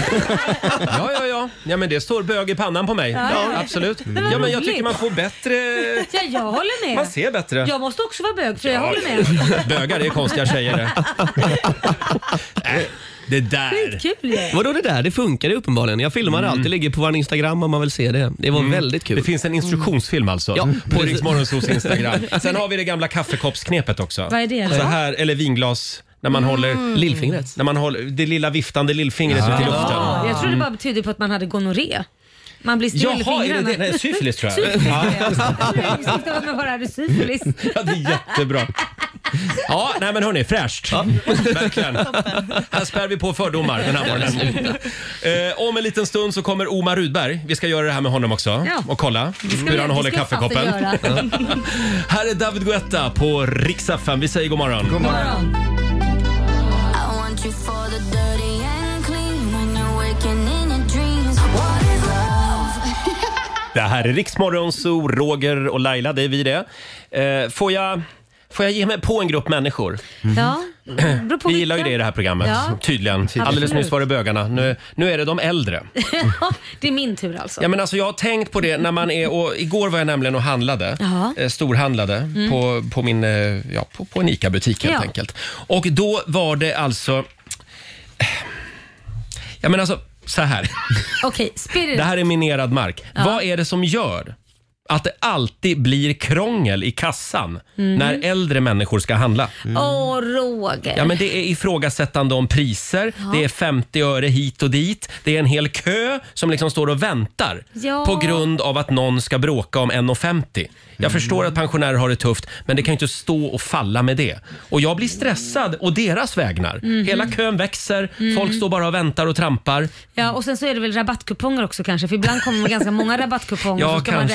ja, ja. Ja, men det står bög i pannan på mig. Ja, ja absolut. Mm. Ja, men jag tycker man får bättre... Ja, jag håller med. Man ser bättre. Jag måste också vara bög, för ja. jag håller med. Bögar, det är konstiga tjejer det. äh. Det där. Skitkul, ja. Vadå det där? Det funkar uppenbarligen. Jag filmar mm. allt. Det ligger på vår Instagram om man vill se det. Det var mm. väldigt kul. Det finns en instruktionsfilm alltså. Ja, på Rix Morgonzoos Instagram. Sen har vi det gamla kaffekoppsknepet också. Vad är det? Så här, eller vinglas när man mm. håller lillfingret. När man håller det lilla viftande lillfingret ja. ut i luften. Ja. Jag tror det bara betyder på att man hade gonorré. Man blir stel i fingrarna. Jaha, är det det? Nej, syfilis tror jag. Syfilis, ja. Jag tror att man bara hade syfilis. Ja, det är jättebra. Ja, nej men hörni, fräscht. Ja. Verkligen. Här spär vi på fördomar den här morgonen. Eh, om en liten stund så kommer Omar Rudberg. Vi ska göra det här med honom också. Ja. Och kolla hur han håller kaffekoppen. Här är David Guetta på Rix F M. Vi säger god morgon. God morgon. Det här är Rix Morgonzoo, Roger och Laila, det är vi det. Eh, får jag... Får jag ge mig på en grupp människor? Mm. Ja. Vi gillar ju det i det här programmet, ja. Tydligen. Absolut. Alldeles nyss var det bögarna. Nu, nu är det de äldre. Det är min tur alltså. Ja, men alltså jag har tänkt på det när man är... Och igår var jag nämligen och handlade. Eh, storhandlade mm. på, på, min, eh, ja, på, på en ICA-butik helt ja. enkelt. Och då var det alltså... Ja, men alltså, så här. Okej, okay, det här är minerad mark. Ja. Vad är det som gör att det alltid blir krångel i kassan mm. när äldre människor ska handla? Åh, mm. oh, Roger. Ja, men det är ifrågasättande om priser. Ja. Det är femtio öre hit och dit. Det är en hel kö som liksom står och väntar ja. på grund av att någon ska bråka om en femtio. Jag mm. förstår att pensionärer har det tufft, men det kan ju inte stå och falla med det. Och jag blir stressad och deras vägnar. Mm. Hela kön växer, mm. folk står bara och väntar och trampar. Ja, och sen så är det väl rabattkuponger också kanske, för ibland kommer det ganska många rabattkuponger ja, så ska kanske. man räkna ihop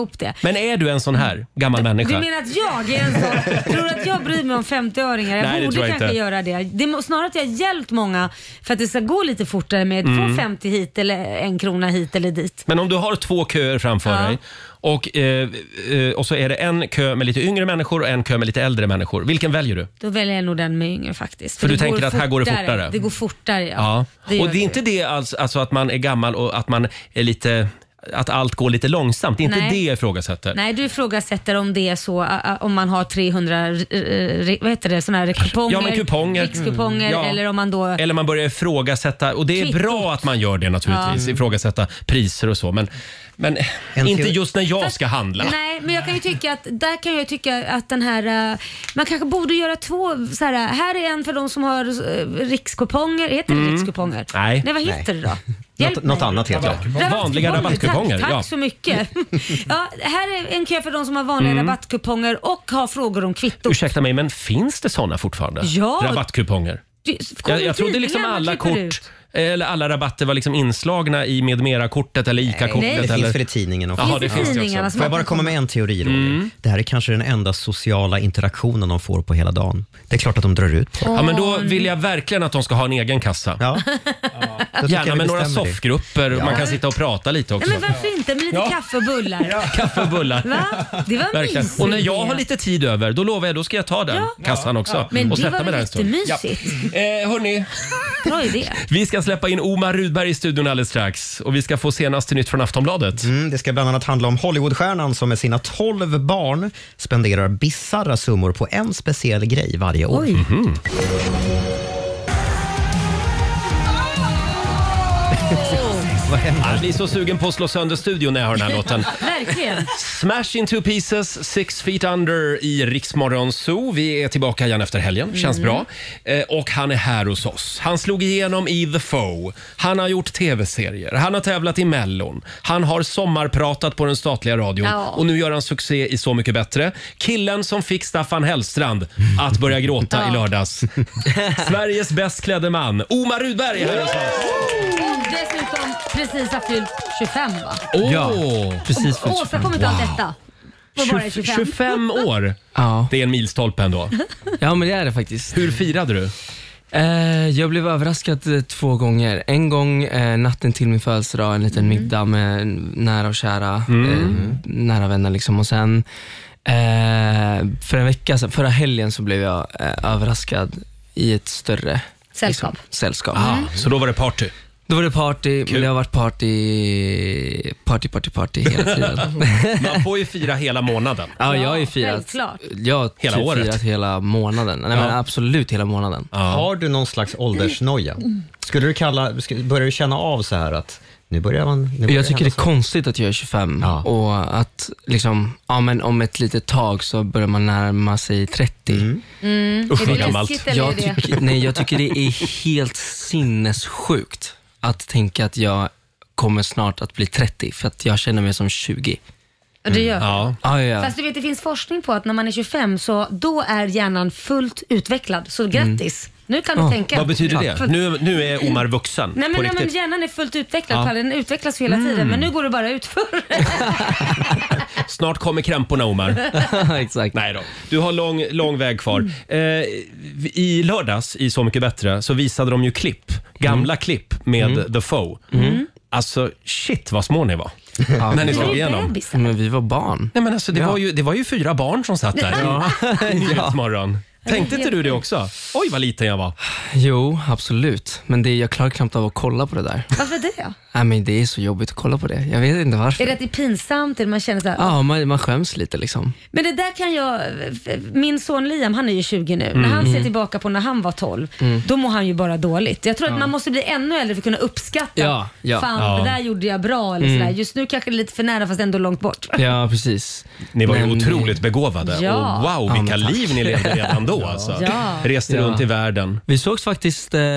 ihop det. Men är du en sån här gammal människa? Du menar att jag är en sån? Tror du att jag bryr mig om femtioöringar? Jag Nej, det borde tror jag kanske inte. göra det. Det är snarare att jag har hjälpt många för att det ska gå lite fortare med Mm. två femtio hit eller en krona hit eller dit. Men om du har två köer framför Ja. dig och, eh, eh, och så är det en kö med lite yngre människor och en kö med lite äldre människor. Vilken väljer du? Då väljer jag nog den med yngre faktiskt. För du det tänker går att här går det fortare? Det går fortare, ja. Ja. Det gör och det är inte det alltså, alltså att man är gammal och att man är lite... Att allt går lite långsamt. Det är inte Nej. det jag ifrågasätter. Nej, du ifrågasätter om det är så ä, om man har trehundra uh, vad heter det, såna här kuponger, Ja, men kuponger. rikskuponger Mm. Ja. eller om man då... Eller man börjar ifrågasätta, och det är Kvittot. bra att man gör det naturligtvis, Ja. ifrågasätta priser och så, men, men inte teori- just när jag ska handla. Nej, men jag kan ju tycka att där kan jag tycka att den här uh, man kanske borde göra två så här. Här är en för de som har uh, rikskuponger. Heter det Mm. rikskuponger? Nej. Nej, vad heter Nej. det då? Hjälp Något, något mig. annat heter det. Vanliga rabattkuponger. Tack, tack ja. så mycket. Ja, här är en kö för de som har vanliga Mm. rabattkuponger och har frågor om kvitto. Ursäkta mig, men finns det såna fortfarande? Ja. Rabattkuponger? Du, kom Jag, i jag trodde liksom tidningen, alla vad klipper kort du? eller alla rabatter var liksom inslagna i med Mera-kortet eller ICA-kortet. Nej. Det eller... finns väl i tidningen också. Jaha, det Finns i finns det tidningarna också. som Får jag man bara kan komma med en teori, Roger? Mm. Det här är kanske den enda sociala interaktionen de får på hela dagen. Det är klart att de drar ut på det. Ja, men då vill jag verkligen att de ska ha en egen kassa. Ja. Då tycker Gärna jag vi med några bestämmer det. soffgrupper och man kan sitta och prata lite också. Nej, men varför inte med lite Ja. kaffe och bullar? Kaffe och bullar. Va? Det var Verkligen. mysigt. Och när jag har lite tid över, då lovar jag, då ska jag ta den Ja. kassan också. Men och det sätta var mig där en stund. jättemysigt. Ja. Eh, hörni, Bra idé. vi ska släppa in Omar Rudberg i studion alldeles strax. Och vi ska få senaste nytt från Aftonbladet. Mm, det ska bland annat handla om Hollywoodstjärnan som med sina tolv barn spenderar bizarra summor på en speciell grej varje år. Oj. Mhm. Vad händer? Jag blir så sugen på att slå sönder studion när jag hör den här låten. Verkligen. Smash in two pieces, six feet under i Rix Morgon Zoo. Vi är tillbaka igen efter helgen, känns bra. Eh, och han är här hos oss. Han slog igenom i The Foe. Han har gjort tv-serier. Han har tävlat i Mellon. Han har sommarpratat på den statliga radion. Ja. Och nu gör han succé i Så mycket bättre. Killen som fick Staffan Hellstrand att börja gråta Ja. i lördags. Sveriges bäst klädde man, Omar Rudberg är här hos oss. Och dessutom precis har fyllt tjugofem, va? Åh! Ja, precis. Och åstadkommit allt detta. På bara tjugofem. tjugofem år. Ja. Det är en milstolpe ändå. ja, men det är det faktiskt. Hur firade du? Eh, jag blev överraskad eh, två gånger. En gång eh, natten till min födelsedag, en liten middag med nära och kära, Mm. eh, nära vänner liksom. Och sen eh, för en vecka sedan, förra helgen så blev jag eh, överraskad i ett större Sällskap. liksom, sällskap. Ah, så då var det party? Då var det party, Kul. men det har varit party, party, party, party hela tiden. Man får ju fira hela månaden. Ja, jag har ju Ja, firat, självklart. jag har Hela typ året. firat hela månaden. Nej, men Ja. absolut hela månaden. Ja. Har du någon slags åldersnoja? Skulle du kalla, sk- börjar du känna av så här att nu börjar man... Nu börjar Jag tycker det är hända så? konstigt att jag är tjugofem Ja. och att liksom, ja, men om ett litet tag så börjar man närma sig trettio. Mm. Mm. Usch, Är vad det gammalt. läskigt eller är Jag det? tycker, nej, jag tycker det är helt sinnessjukt att tänka att jag kommer snart att bli trettio för att jag känner mig som tjugo. Ja, det gör det. Ja. Ja, ja. Fast du vet, det finns forskning på att när man är tjugofem så då är hjärnan fullt utvecklad. Så grattis. Nu kan du Ja, tänka. Vad betyder det? För- Nu, nu är Omar vuxen Nej, men, på nej, men riktigt. hjärnan är fullt utvecklad. Ja. Palle. Den utvecklas ju hela tiden, men nu går det bara utför. Snart kommer krämporna, Omar. Exakt. Nej då. Du har lång, lång väg kvar. Eh, I lördags i Så mycket bättre så visade de ju klipp, gamla klipp med The Foe. Alltså shit vad små ni var. Ja, När ni vi slog var, igenom. Bebisar. men vi var barn. Nej, men alltså, det, Ja. var ju, det var ju fyra barn som satt där i Nyhetsmorgon. Tänkte inte du det också? Oj vad liten jag var. Jo, absolut. Men det, jag klarar knappt av att kolla på det där. Varför det? Nej, men det är så jobbigt att kolla på det. Jag vet inte varför. Är det att det är pinsamt eller man känner så här? Ja, man, man skäms lite liksom. Men det där kan jag, min son Liam, han är ju tjugo nu. Mm. När han ser tillbaka på när han var tolv, då mår han ju bara dåligt. Jag tror att man måste bli ännu äldre för att kunna uppskatta. Ja, ja. Fan, Ja. det där gjorde jag bra eller sådär. Just nu kanske det är lite för nära fast ändå långt bort. Ja, precis. Ni var ju Men- otroligt begåvade. Ja. Och wow, Ja, vilka men tack. liv ni levde redan då. Alltså. Ja. Reste Ja. runt i världen. Vi sågs faktiskt eh,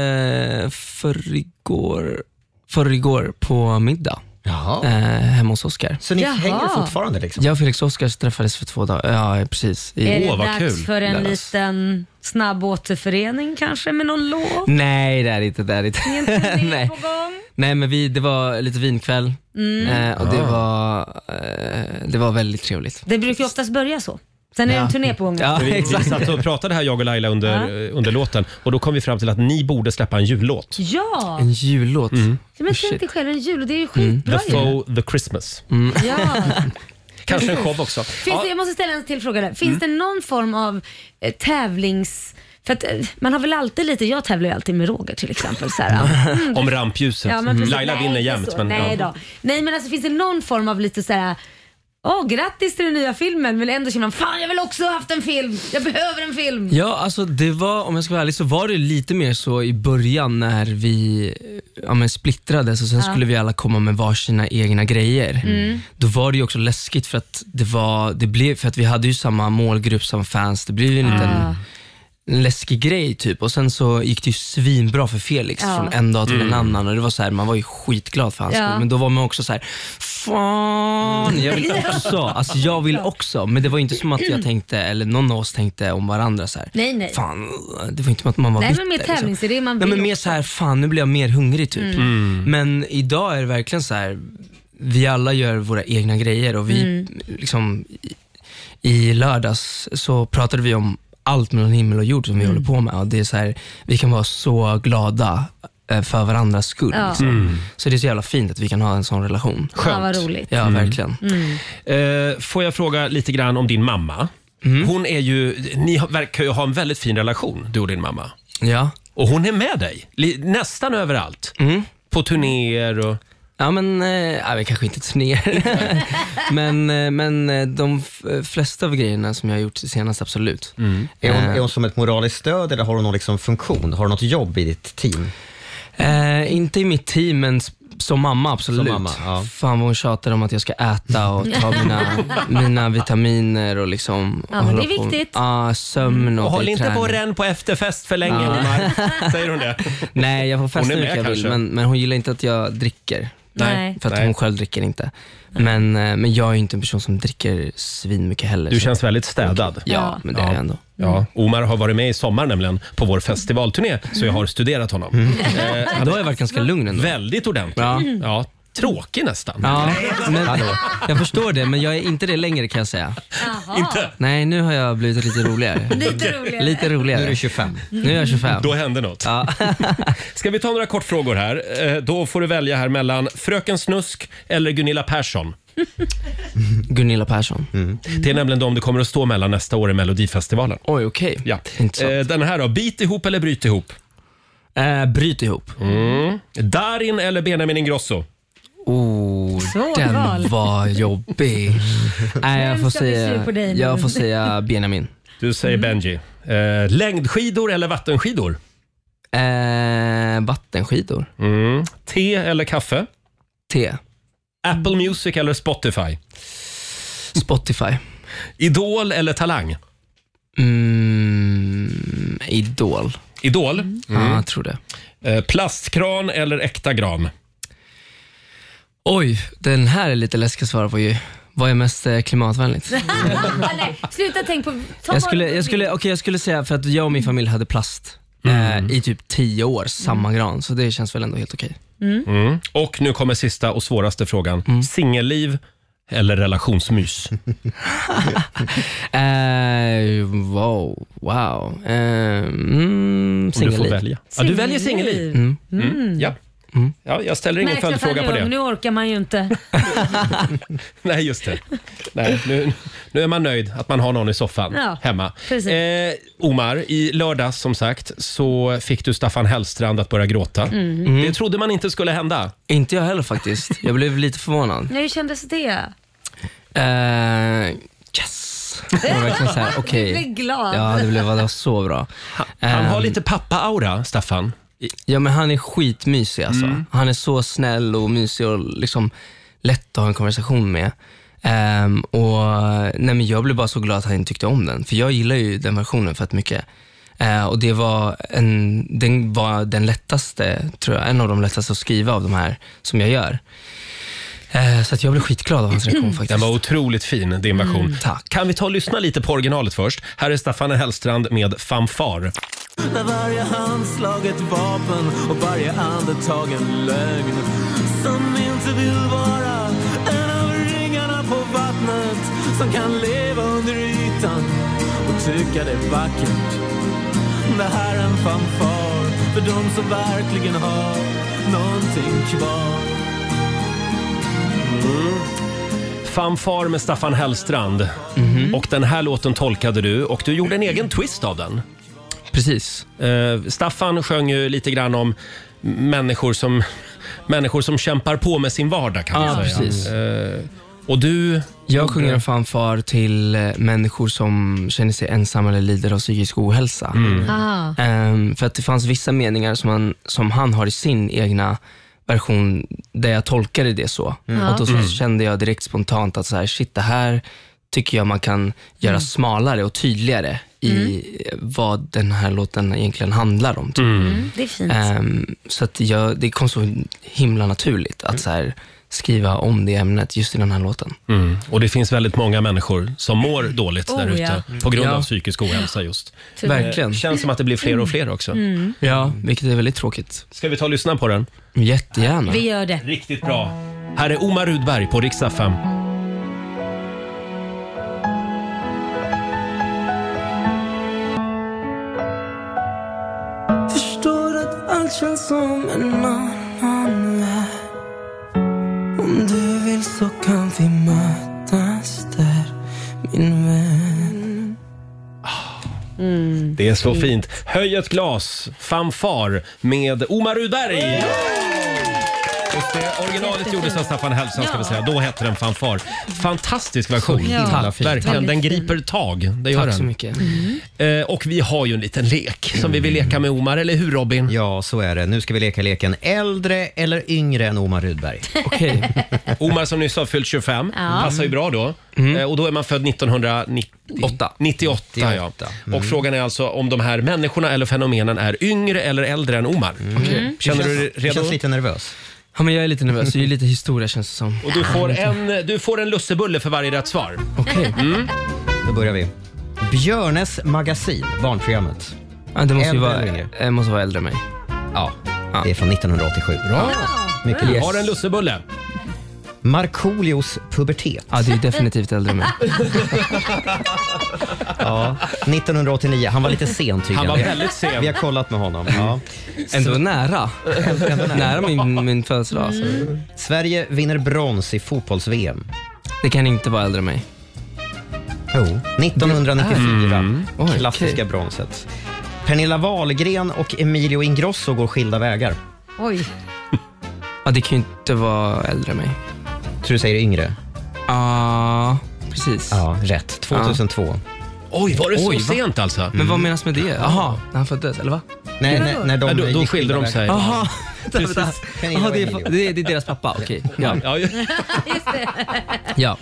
förrgår, förrgår på middag Jaha. eh, hemma hos Oskar. Så ni Jaha. hänger fortfarande liksom? Jag och Felix Oskar träffades för två dagar. Ja, precis. I, Är det Åh, vad dags kul. för en Lördags. liten snabb återförening kanske med någon låt? Nej, det är inte. Det är inte. Är inte det Nej. på gång? Nej, men vi, det var lite vinkväll. Mm. Eh, och det var var, eh, det var väldigt trevligt. Det brukar ju oftast börja så. Sen är det Ja. en turné på gång. Ja, Vi, vi exakt. satt och pratade här, jag och Laila, under, Ja. under låten. Och då kom vi fram till att ni borde släppa en jullåt. Ja! En jullåt. Mm. Ja, men tänk dig själv en jul och det är ju skitbra The ju. Faux The Christmas. Ja. Kanske en show också. Finns Ja. det, jag måste ställa en till fråga där. Finns det någon form av eh, tävlings... För att, eh, man har väl alltid lite, jag tävlar ju alltid med Roger till exempel. Så här, mm. Om rampljuset. Ja, men precis. Laila Nej, vinner inte jämt. så. Men, Nej ja. då. Nej men alltså finns det någon form av lite så här. Åh, grattis till den nya filmen. Men ändå känner man, fan jag vill också ha haft en film. Jag behöver en film. Ja, alltså det var, om jag ska vara ärlig, så var det lite mer så i början när vi ja, men splittrades och sen Ja. skulle vi alla komma med varsina egna grejer. Mm. Då var det ju också läskigt för att det var, det blev, för att vi hade ju samma målgrupp, samma fans. Det blev ju en Ah. liten en läskig grej typ. Och sen så gick det ju svinbra för Felix Ja. från en dag till Mm. en annan. Och det var så här, man var ju skitglad för hans Ja. skull. Men då var man också så här, fan, jag vill också. Alltså jag vill också. Men det var inte som att jag tänkte, eller någon av oss tänkte om varandra så här. Nej, nej. Fan, det var inte som att man var Nej bitter. men mer liksom. tävlingsidé man Nej, vill men mer också. så här, fan nu blir jag mer hungrig typ. Mm. Men idag är det verkligen så här, vi alla gör våra egna grejer och vi Mm. liksom i, i lördags så pratade vi om allt mellan himmel och jord som vi Mm. håller på med, och det är så här, vi kan vara så glada eh, för varandras skull. Ja. Liksom. Mm. Så det är så jävla fint att vi kan ha en sån relation. Ja, vad roligt. Ja, verkligen. Mm. Eh, får jag fråga lite grann om din mamma? Mm. Hon är ju, ni har- verkar ju ha en väldigt fin relation, du och din mamma. Ja. Och hon är med dig, li- nästan överallt. Mm. På turnéer och... Ja men, eh, ja, vi kanske inte turnéer. men, eh, men eh, de f- flesta av grejerna som jag har gjort senast, absolut. Mm. Är hon, Eh. är hon som ett moraliskt stöd eller har hon någon liksom funktion? Har du något jobb i ditt team? Eh, inte i mitt team, men s- som mamma absolut. Som mamma, ja. Fan vad hon tjatar om att jag ska äta och ta mina, mina vitaminer och liksom Ja, men hålla det är på- viktigt. Ja, sömn och Och håll till inte på träning. ränn på efterfest för länge, Ja. Omar. Säger hon det? Nej, jag får Hon festa är hur med mycket jag vill, kanske. men, men hon gillar inte att jag dricker. Nej. För att Nej. hon själv dricker inte. Men, eh, men jag är inte en person som dricker svin mycket heller. Du så- känns väldigt städad. Ja, Ja. men det är Ja. jag ändå. Ja, Omar har varit med i sommar nämligen på vår festivalturné, så jag har studerat honom. Eh, han Då har jag varit ganska lugn ändå. väldigt ordentlig. Ja. Ja, tråkig nästan. Ja, men, jag förstår det, men jag är inte det längre kan jag säga. Jaha. Inte? Nej, nu har jag blivit lite roligare. Lite roligare. Lite Nu är roligare. du tjugofem. Nu är jag tjugofem. Då hände något. Ja. Ska vi ta några kortfrågor här? Eh, Då får du välja här mellan Fröken Snusk eller Gunilla Persson. Gunilla Persson. Det är nämligen de det kommer att stå mellan nästa år i Melodifestivalen. Oj, okej. Ja. Intressant. Eh, Den här då, bit ihop eller bryt ihop? Eh, bryt ihop. Mm. Darin eller Benjamin Ingrosso? Oh, Svårt den val. var jobbig. Nej, jag Vem får ska bli sur säga, på dig nu? jag får säga Benjamin. Du säger Benji. Eh, längdskidor eller vattenskidor? Eh, vattenskidor. Mm. Te eller kaffe? Te. Apple Music eller Spotify? Spotify. Idol eller Talang? Mm, Idol. Idol. Ja, jag tror det. Eh, plastkran eller äkta gran? Oj, den här är lite läskig att svara på ju. Vad är mest eh, klimatvänligt? Nej, sluta tänk på... Ta Jag skulle, bara- jag, skulle, okay, jag skulle säga, för att jag och min familj hade plast eh, i typ tio år, samma gran. Så det känns väl ändå helt okej. Mm. Och nu kommer sista och svåraste frågan. Singelliv eller relationsmys? Eh, wow, wow. Eh, mm, Om du får singelliv. välja. Ja, du väljer singelliv. Mm. Mm. Ja. Ja, jag ställer ingen Märkligt att följdfråga på han gör, men det. nu orkar man ju inte. Nej, just det. Nej, nu, nu är man nöjd att man har någon i soffan Ja, hemma. precis. Eh, Omar, i lördags som sagt så fick du Staffan Hellstrand att börja gråta. Mm. Det trodde man inte skulle hända. Inte jag heller faktiskt. Jag blev lite förvånad. Hur kändes det? Eh, yes. Det var verkligen så här, okej. Du blev glad. Ja, det blev det var så bra. Han har Ehm, lite pappa-aura, Staffan. Ja, men han är skitmysig alltså. Mm. Han är så snäll och mysig och liksom lätt att ha en konversation med. Ehm, och nej, men jag blev bara så glad att han inte tyckte om den. För jag gillar ju den versionen för att mycket. Eh, och det var, en, den var den lättaste, tror jag, en av de lättaste att skriva av de här som jag gör. Eh, så att jag blev skitglad av hans reaktion faktiskt. Den var otroligt fin, din version. Mm, tack. Kan vi ta och lyssna lite på originalet först? Här är Staffan Hellstrand med Fanfar. När varje handslag ett vapen och varje andetag en lögn som inte vill vara en av ringa som kan leva under ytan och tycka det är vackert. Det här är en fanfar för de som verkligen har någonting kvar. Mm. Fanfar med Staffan Hellstrand. Mm-hmm. Och den här låten tolkade du och du gjorde en egen twist av den. Precis. Uh, Staffan sjöng ju lite grann om människor som, människor som kämpar på med sin vardag, kan man ja, säga. Precis. Uh, och du... Jag sjunger en fanfar till människor som känner sig ensamma eller lider av psykisk ohälsa. Mm. Um, för att det fanns vissa meningar som han, som han har i sin egna version där jag tolkade det så. Mm. Och då så mm. kände jag direkt spontant att så här, shit, det här tycker jag man kan göra mm. smalare och tydligare i mm. vad den här låten egentligen handlar om. Typ. Mm. Det är fint. Um, så att jag, det kom så himla naturligt att så här, skriva om det ämnet just i den här låten. Mm. Och det finns väldigt många människor som mår dåligt oh, där ute ja. på grund ja. av psykisk ohälsa just. Verkligen. Det känns som att det blir fler och fler också. Mm. Ja, vilket är väldigt tråkigt. Ska vi ta och lyssna på den? Jättegärna. Vi gör det. Riktigt bra. Här är Omar Rudberg på Rix F M. Förstår att allt känns som en annan värld. Om du vill så kan vi mötas där, min vän. Mm. Det är så fint. Höj ett glas, fanfar med Omar Rudberg. Just det, originalet gjordes av Staffan Hellstrand, ska vi säga. Då hette den fanfar. Fantastisk version. Ja. Verkligen, den griper tag. Det gör Tack den. så mycket. Mm. Och vi har ju en liten lek som vi vill leka med Omar, eller hur Robin? Ja, så är det. Nu ska vi leka leken äldre eller yngre än Omar Rudberg. Okej. Okay. Omar som nyss har fyllt tjugofem, ja. passar ju bra då. Mm. Och då är man född nittonhundranittioåtta. nittioåtta, ja. Mm. Och frågan är alltså om de här människorna eller fenomenen är yngre eller äldre än Omar. Mm. Okay. Känner du dig redo? Du känns lite nervös. Ja, men jag är lite nervös. Det är lite historia, känns det som. Och du får en, du får en lussebulle för varje rätt svar. Okej. Okay. Mm. Då börjar vi. Björnes magasin, barnprogrammet. Ja, det måste ju vara, det måste vara äldre än mig. Ja, ja, det är från nittonhundraåttiosju. Bra. Mycket Du yes. har en lussebulle. Markoolios pubertet. Ja, det är definitivt äldre än mig. Ja, nittonhundraåttionio. Han var lite sen tydligen. Han var väldigt sen. Vi har kollat med honom. Ja. Ändå nära. Ändå nära. nära min, min födelsedag. Mm. Sverige vinner brons i fotbolls-V M. Det kan inte vara äldre än mig. Jo, nittonhundranittiofyra. Mm. Oj, klassiska okay. bronset. Pernilla Wahlgren och Emilio Ingrosso går skilda vägar. Oj. Ja, det kan ju inte vara äldre än mig. Tror du säger yngre? Ja, uh, precis. Ja, rätt. tjugohundratvå. Uh. Oj, var det så Oj, sent alltså? Mm. Men vad menas med det? Jaha, när han föddes, eller va? Nej, när, när de ja, då, då skilde de sig. Jaha, precis. Aha, det, är, det, är, det är deras pappa, okej. Okay. Ja. Ja, just det. Ja.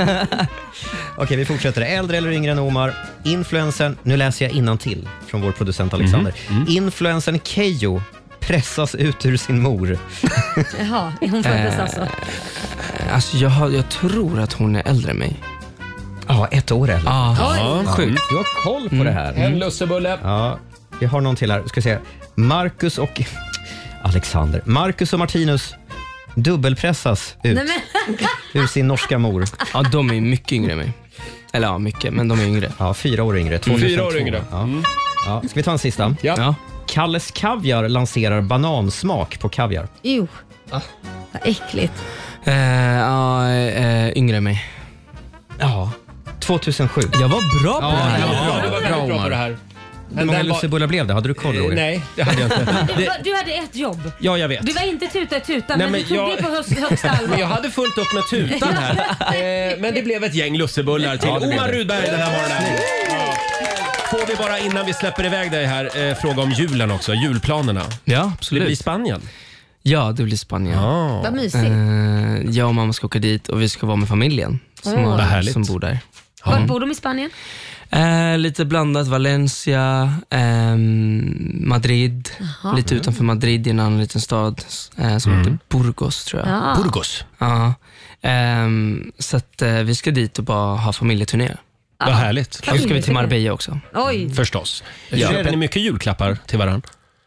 Okej, vi fortsätter. Äldre eller yngre än Omar. Influensen, nu läser jag innantill från vår producent Alexander. Mm. Mm. Influensen Keyyo pressas ut ur sin mor. Jaha, hon föddes eh, alltså? Alltså jag, har, jag tror att hon är äldre än mig. Ja, ett år äldre. Ah, ja, sjukt. Du har koll på mm. det här. En lussebulle. Ja, vi har någon till här. Ska se. Marcus och Alexander. Marcus och Martinus dubbelpressas ut. Nej, men... ur sin norska mor. Ja, de är mycket yngre än mig. Eller ja, mycket, men de är yngre. Ja, fyra år yngre. Mm. Fyra år yngre. Ja. Mm. Ja, ska vi ta en sista? Ja. ja. Kalles Kaviar lanserar banansmak på kaviar. Jo, ah. vad äckligt. Uh, ja, uh, yngre än mig. Ja, tjugohundrasju. Jag var bra på ja, det här. Ja, bra. Du var väldigt bra på det här. Hur många lussebullar blev det? Hade du koll, Rory? Nej, det hade jag inte. Det... Du hade ett jobb. Ja, jag vet. Du var inte tuta tuta, men, men du tog jag... det på högst, högsta allvar. Men jag hade fullt upp med tutan här. eh, men det blev ett gäng lussebullar till ja, Omar Rudberg den här morgonen. Ja. Får vi bara innan vi släpper iväg dig här eh, fråga om julen också, julplanerna. Ja, absolut. Det blir Spanien. Ja, det blir Spanien. Ah. Vad mysigt. Uh, jag och mamma ska åka dit och vi ska vara med familjen som, oh. har, som bor där. Var mm. bor de i Spanien? Uh, lite blandat, Valencia, um, Madrid. Aha. Lite utanför Madrid i en annan liten stad uh, som mm. heter Burgos, tror jag. Ja. Burgos? Ja. Uh, um, så att uh, vi ska dit och bara ha familjeturné. Vad härligt. Och så ska vi till Marbella också. Oj. Förstås. Ja. Köper ni mycket julklappar till varandra?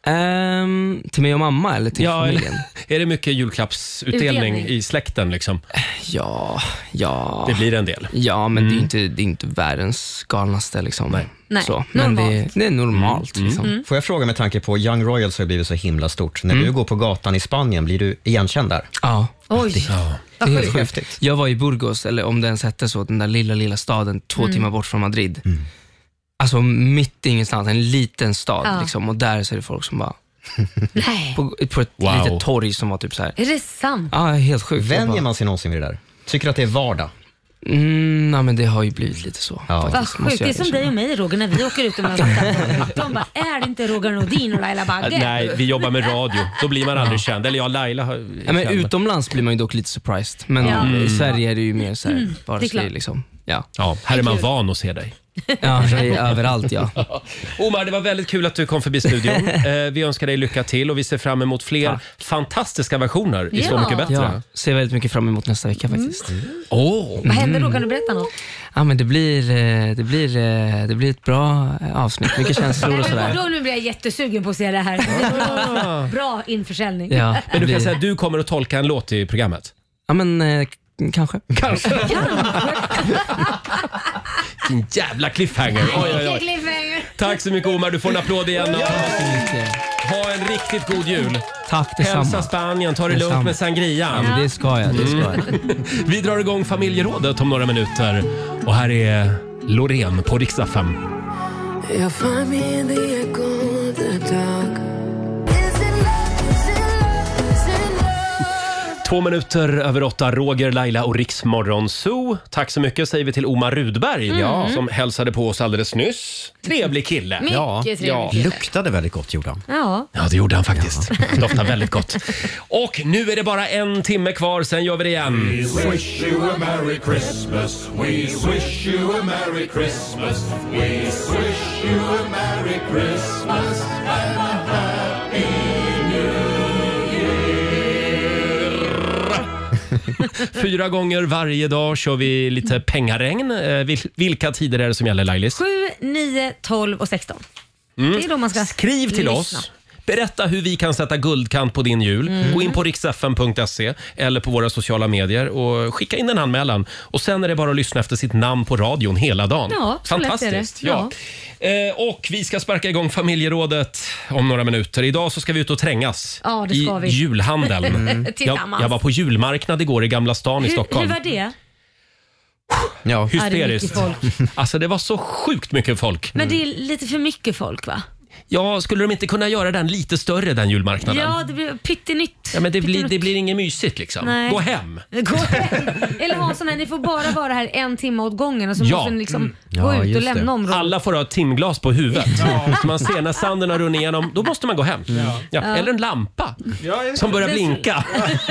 Um, till mig och mamma eller till ja, familjen? Eller, är det mycket julklappsutdelning Utdelning. i släkten liksom? Ja, ja. Det blir en del. Ja, men mm. det, är inte, det är inte världens galnaste liksom. Nej. Nej, så. Men det, det är normalt. Mm. Liksom. Mm. Får jag fråga med tanke på Young Royals har blivit så himla stort. När mm. du går på gatan i Spanien, blir du igenkänd där? Ja. Oj, det, ja. det är helt häftigt. Jag var i Burgos, eller om det ens hette så, den där lilla, lilla staden två mm. timmar bort från Madrid. Mm. Alltså mitt ingenstans, en liten stad ja. liksom, och där så är det folk som bara Nej. På, på ett wow. litet torg som var typ så här. Är det sant? Ja, helt sjukt. Vänjer man sig någonsin vid det där? Tycker att det är vardag? Mm, nej, men det har ju blivit lite så. Ja. Vad sjukt, det är som dig och mig Roger när vi åker ut och de bara, är det inte Roger Nordin och Laila Bagge? Nej, vi jobbar med radio. Då blir man aldrig känd. Eller ja, Laila har ja, men utomlands blir man ju dock lite surprised. Men ja. mm. i Sverige är det ju mer så här, mm, bara det liksom. Ja. ja, här är man van att se dig. Ja, det är överallt, ja. Omar, det var väldigt kul att du kom förbi studion. Eh, vi önskar dig lycka till och vi ser fram emot fler ja. fantastiska versioner i ja. Så mycket bättre. Ja, ser väldigt mycket fram emot nästa vecka faktiskt. Mm. Oh. Vad händer då? Kan du berätta något? Ja, men det blir, det blir, det blir ett bra avsnitt. Mycket känslor och sådär. Då nu blir jag jättesugen på att se det här. Bra, bra införsäljning. Ja, men du kan säga att du kommer att tolka en låt i programmet. Ja, men eh, kanske. Kanske. Din jävla cliffhanger. Oj, oj, oj. Cliffhanger. Tack så mycket Omar, du får en applåd igen. Ja. Ha en riktigt god jul. Tack detsamma. Hälsa Spanien, ta det lugnt med sangrian. Ja, det ska jag, det ska jag. Mm. Vi drar igång familjerådet om några minuter. Och här är Loreen på Rix F M. Jag find me in the echo of the dark. Två minuter över åtta, Roger, Laila och Rix Morgon Zoo. Tack så mycket säger vi till Omar Rudberg mm. som hälsade på oss alldeles nyss. Trevlig kille. Mycket ja, trevlig ja. kille. Luktade väldigt gott, gjorde han. Ja. Ja, det gjorde han faktiskt. Ja. Doftar väldigt gott. Och nu är det bara en timme kvar, sen gör vi det igen. We wish you a Merry Christmas. We wish you a Merry Christmas. We wish you a Merry Christmas and a Happy Fyra gånger varje dag kör vi lite pengaregn. Eh, vilka tider är det som gäller, Lailis? sju, nio, tolv och sexton. Mm. Det är då man ska Skriv till lyssna. oss. Berätta hur vi kan sätta guldkant på din jul. Mm. Gå in på riksfn punkt se eller på våra sociala medier och skicka in en anmälan. Och sen är det bara att lyssna efter sitt namn på radion hela dagen. Ja, fantastiskt. Ja. Ja. Eh, och vi ska sparka igång familjerådet om några minuter. Idag så ska vi ut och trängas ja, det ska i vi. julhandeln. Mm. jag, jag var på julmarknad igår i Gamla stan i Stockholm. Hur var det? Ja, hysteriskt. Ja, det alltså det var så sjukt mycket folk. Men det är lite för mycket folk, va? Ja, skulle de inte kunna göra den lite större, den julmarknaden? Ja, det blir pyttenytt. Ja, men det blir, det blir inget mysigt liksom. Nej. Gå hem. Gå hem. Eller ha en sån här, ni får bara vara här en timme åt gången och så ja. måste ni liksom mm. gå ja, ut och lämna det. området. Alla får ha ett timglas på huvudet. Ja. Så man ser när sanden har runnit igenom, då måste man gå hem. Mm. Ja. Ja. Eller en lampa ja, som börjar blinka.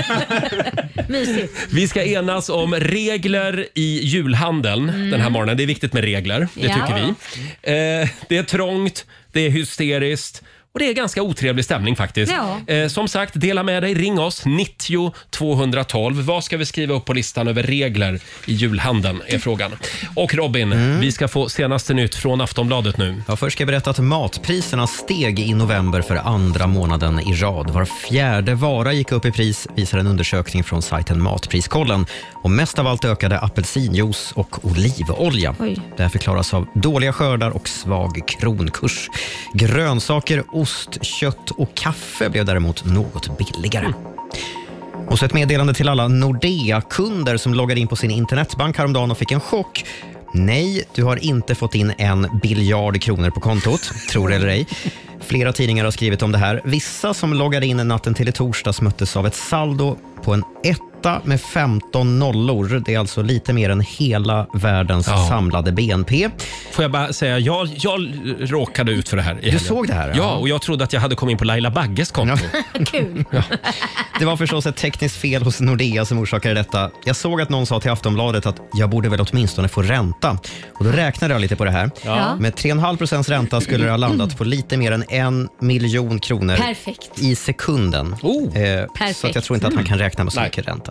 Mysigt. Vi ska enas om regler i julhandeln mm. den här morgonen. Det är viktigt med regler, det ja. tycker vi. Eh, det är trångt, det är hysteriskt. Och det är ganska otrevlig stämning faktiskt. Ja. Eh, som sagt, dela med dig. Ring oss, nittio tvåhundratolv. Vad ska vi skriva upp på listan över regler i julhandeln är frågan. Och Robin, mm. vi ska få senaste nytt från Aftonbladet nu. Ja, först ska jag berätta att matpriserna steg i november för andra månaden i rad. Var fjärde vara gick upp i pris, visar en undersökning från sajten Matpriskollen. Och mest av allt ökade apelsinjuice och olivolja. Oj. Det här förklaras av dåliga skördar och svag kronkurs. Grönsaker, ost, kött och kaffe blev däremot något billigare. Mm. Och så ett meddelande till alla Nordea-kunder som loggade in på sin internetbank häromdagen och fick en chock. Nej, du har inte fått in en biljard kronor på kontot, tror eller ej. Flera tidningar har skrivit om det här. Vissa som loggade in natten till i torsdags möttes av ett saldo på en etta med femton nollor. Det är alltså lite mer än hela världens ja. samlade B N P. Får jag bara säga, jag, jag råkade ut för det här. Du såg det här? Ja. ja, och jag trodde att jag hade kommit in på Laila Bagges konto. Ja. Kul. Ja. Det var förstås ett tekniskt fel hos Nordea som orsakade detta. Jag såg att någon sa till Aftonbladet att jag borde väl åtminstone få ränta. Och då räknade jag lite på det här. Ja. Med tre komma fem procent ränta skulle det ha landat på lite mer än en miljon kronor. Perfekt. I sekunden. Oh. Eh, så att jag tror inte att han kan räkna med så Nej. mycket ränta.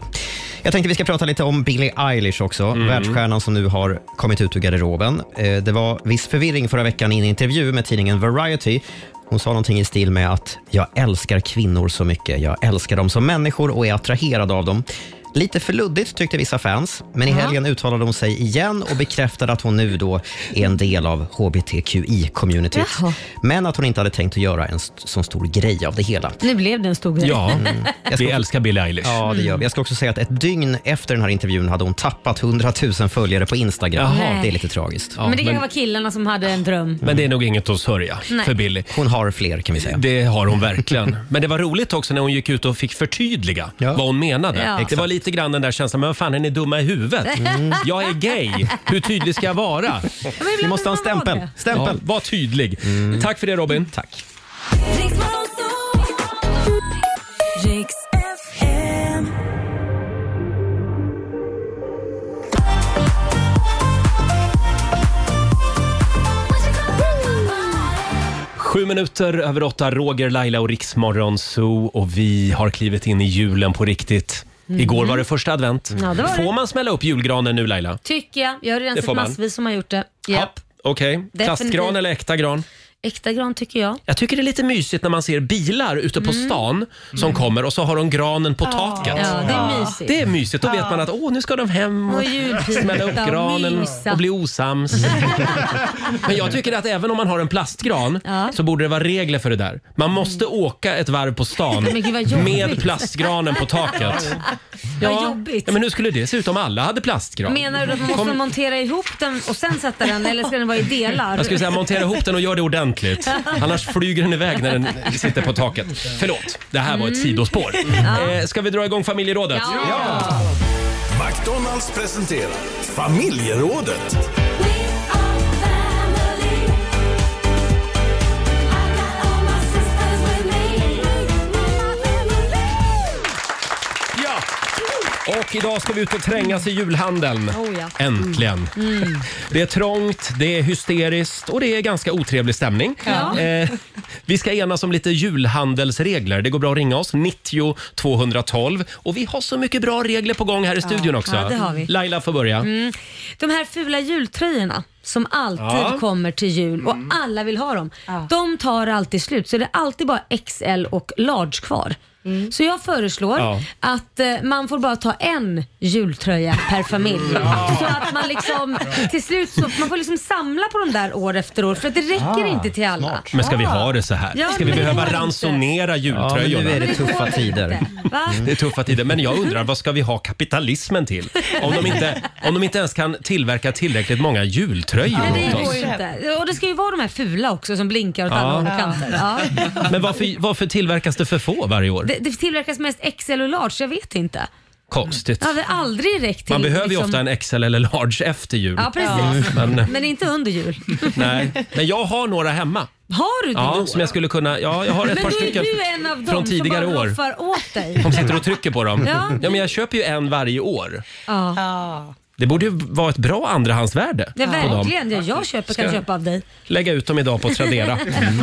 Jag tänkte vi ska prata lite om Billie Eilish också. Mm. Världsstjärnan som nu har kommit ut ur garderoben. Det var viss förvirring förra veckan i en intervju med tidningen Variety. Hon sa någonting i stil med att jag älskar kvinnor så mycket. Jag älskar dem som människor och är attraherad av dem. Lite för luddigt tyckte vissa fans, men i helgen uttalade hon sig igen och bekräftade att hon nu då är en del av H B T Q I-communityt. Jaha. Men att hon inte hade tänkt att göra en st- sån stor grej av det hela. Nu blev det en stor grej. Ja, mm. vi ska... älskar Billie Eilish. Ja, det gör vi. Jag ska också säga att ett dygn efter den här intervjun hade hon tappat hundratusen följare på Instagram. Jaha. Det är lite tragiskt. Ja, men det kan men... vara killarna som hade en dröm. Men det är nog inget att sörja Nej. för Billie. Hon har fler kan vi säga. Det har hon verkligen. Men det var roligt också när hon gick ut och fick förtydliga ja. vad hon menade. Ja. Det var lite grann den där känslan, men vad fan är ni dumma i huvudet? Mm. Jag är gay. Hur tydlig ska jag vara? Vi måste ha en stämpel. stämpel. Ja, var tydlig. Mm. Tack för det Robin. Tack. Sju minuter över åtta, Roger, Laila och Riksmorgon Zoo, och vi har klivit in i julen på riktigt. Mm. Igår var det första advent. Ja, det var får det. man smälla upp julgranen nu, Laila? Tycker jag. Jag har redan Det sett får man. massvis som har gjort det. Yep. Okej, okay. Plastgran eller äkta gran? Äkta gran tycker jag. Jag tycker det är lite mysigt när man ser bilar ute på Mm. stan som mm. kommer och så har de granen på Ja. taket. Ja, det är mysigt. Det är mysigt. Då vet Ja. man att åh, nu ska de hem och, Och julpyta smälla upp och granen mysa. och bli osams. Men jag tycker att även om man har en plastgran Ja. så borde det vara regler för det där. Man måste åka ett varv på stan Men gud, vad jobbigt. med plastgranen på taket. Vad jobbigt. Ja, men hur skulle det se ut om alla hade plastgran? Menar du att man måste Kom- montera ihop den och sen sätta den, eller ska den vara i delar? Jag skulle säga montera ihop den och gör det ordentligt. Annars flyger den iväg när den sitter på taket. Förlåt, det här var ett Mm. sidospår. Ja. Eh, ska vi dra igång familjerådet? Ja. McDonalds presenterar familjerådet. Och idag ska vi ut och trängas i julhandeln. Oh ja. Äntligen. Mm. Det är trångt, det är hysteriskt och det är ganska otrevlig stämning. Ja. Eh, vi ska enas om lite julhandelsregler. Det går bra att ringa oss, nittio tvåhundratolv. Och vi har så mycket bra regler på gång här i studion också. Ja, det har vi. Laila får börja. Mm. De här fula jultröjorna som alltid Ja. kommer till jul och alla vill ha dem. De tar alltid slut, så det är alltid bara X L och large kvar. Mm. Så jag föreslår Ja. att eh, man får bara ta en jultröja per familj. Ja. Så att man liksom till slut så, man får liksom samla på dem där år efter år, för att det räcker Ah, inte till alla. Men ska vi ha det så här? Ja, Ska vi men det behöva går inte. ransonera jultröjorna? Ja, men nu är det tuffa tider. Va? Det är tuffa tider, men jag undrar vad ska vi ha kapitalismen till? Om de inte, om de inte ens kan tillverka tillräckligt många jultröjor Nej, det åt går oss. ju inte. Och det ska ju vara de här fula också som blinkar åt Ja. alla håll och kanter. Ja. Men varför, varför tillverkas det för få varje år? Det, det tillverkas mest X L och large, jag vet inte. Konstigt. Det hade aldrig räckt till. Man behöver ju liksom- ofta en X L eller large efter jul. Ja, precis. Men, Men inte under jul. nej. Men jag har några hemma. Har du det Ja, då? som jag skulle kunna... Ja, jag har ett Men par då är stycken du en av dem från tidigare som bara år. roffar åt dig. De sitter och trycker på dem. Ja. Ja, men jag köper ju en varje år. Ja, Det borde ju vara ett bra andrahandsvärde ja på dem. verkligen. Ja, jag köper, kan Ska- köpa av dig. Lägga ut dem idag på Tradera.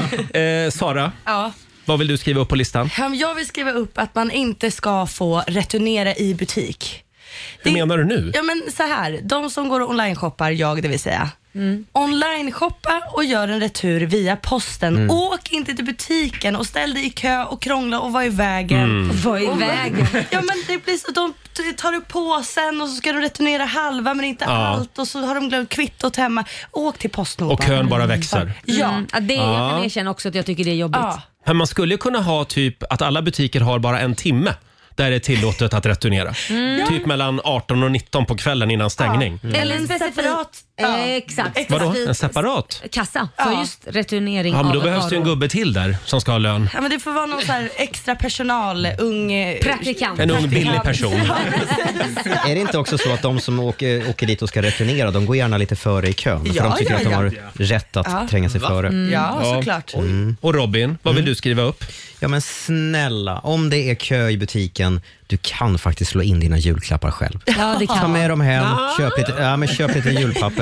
Eh, Sara, Ja. vad vill du skriva upp på listan? Ja, men Jag vill skriva upp att man inte ska få returnera i butik. Hur menar du nu? Ja men så här, de som går och online-shoppar, jag det vill säga. Mm. Online-shoppa och gör en retur via posten. Mm. Åk inte till butiken och ställ dig i kö och krångla och var i vägen. Mm. Var i Och- vägen. Ja men det blir så, de t- tar upp påsen och så ska de returnera halva men inte Ja. allt och så har de glömt kvittot hemma. Åk till Postnord. Och kön bara växer. Ja. Mm. Ja, det, jag Ja. kan erkänna också att jag tycker det är jobbigt. Ja. Men man skulle ju kunna ha typ att alla butiker har bara en timme där det är tillåtet att returnera. Mm. Typ mellan arton och nitton på kvällen innan stängning. Mm. Eller en separat. Ja. Eh, exakt. Vadå? Specifik En separat? kassa för Ja. just returnering Ja, men då av behövs det ju en varor. gubbe till där som ska ha lön. Ja men det får vara någon så här extra personal, ung... eh, Praktikant. En ung billig person. Är det inte också så att de som åker, åker dit och ska returnera, de går gärna lite före i kön? För Ja, de tycker ja, att de ja. har rätt att Ja. tränga sig före. Mm. Ja, Ja. såklart. Mm. Och Robin, vad vill du skriva upp? Ja men snälla, om det är kö i butiken, du kan faktiskt slå in dina julklappar själv. Ja, det Ta kan med dem hem, Ah. köp lite, ja, men köp lite julpapper.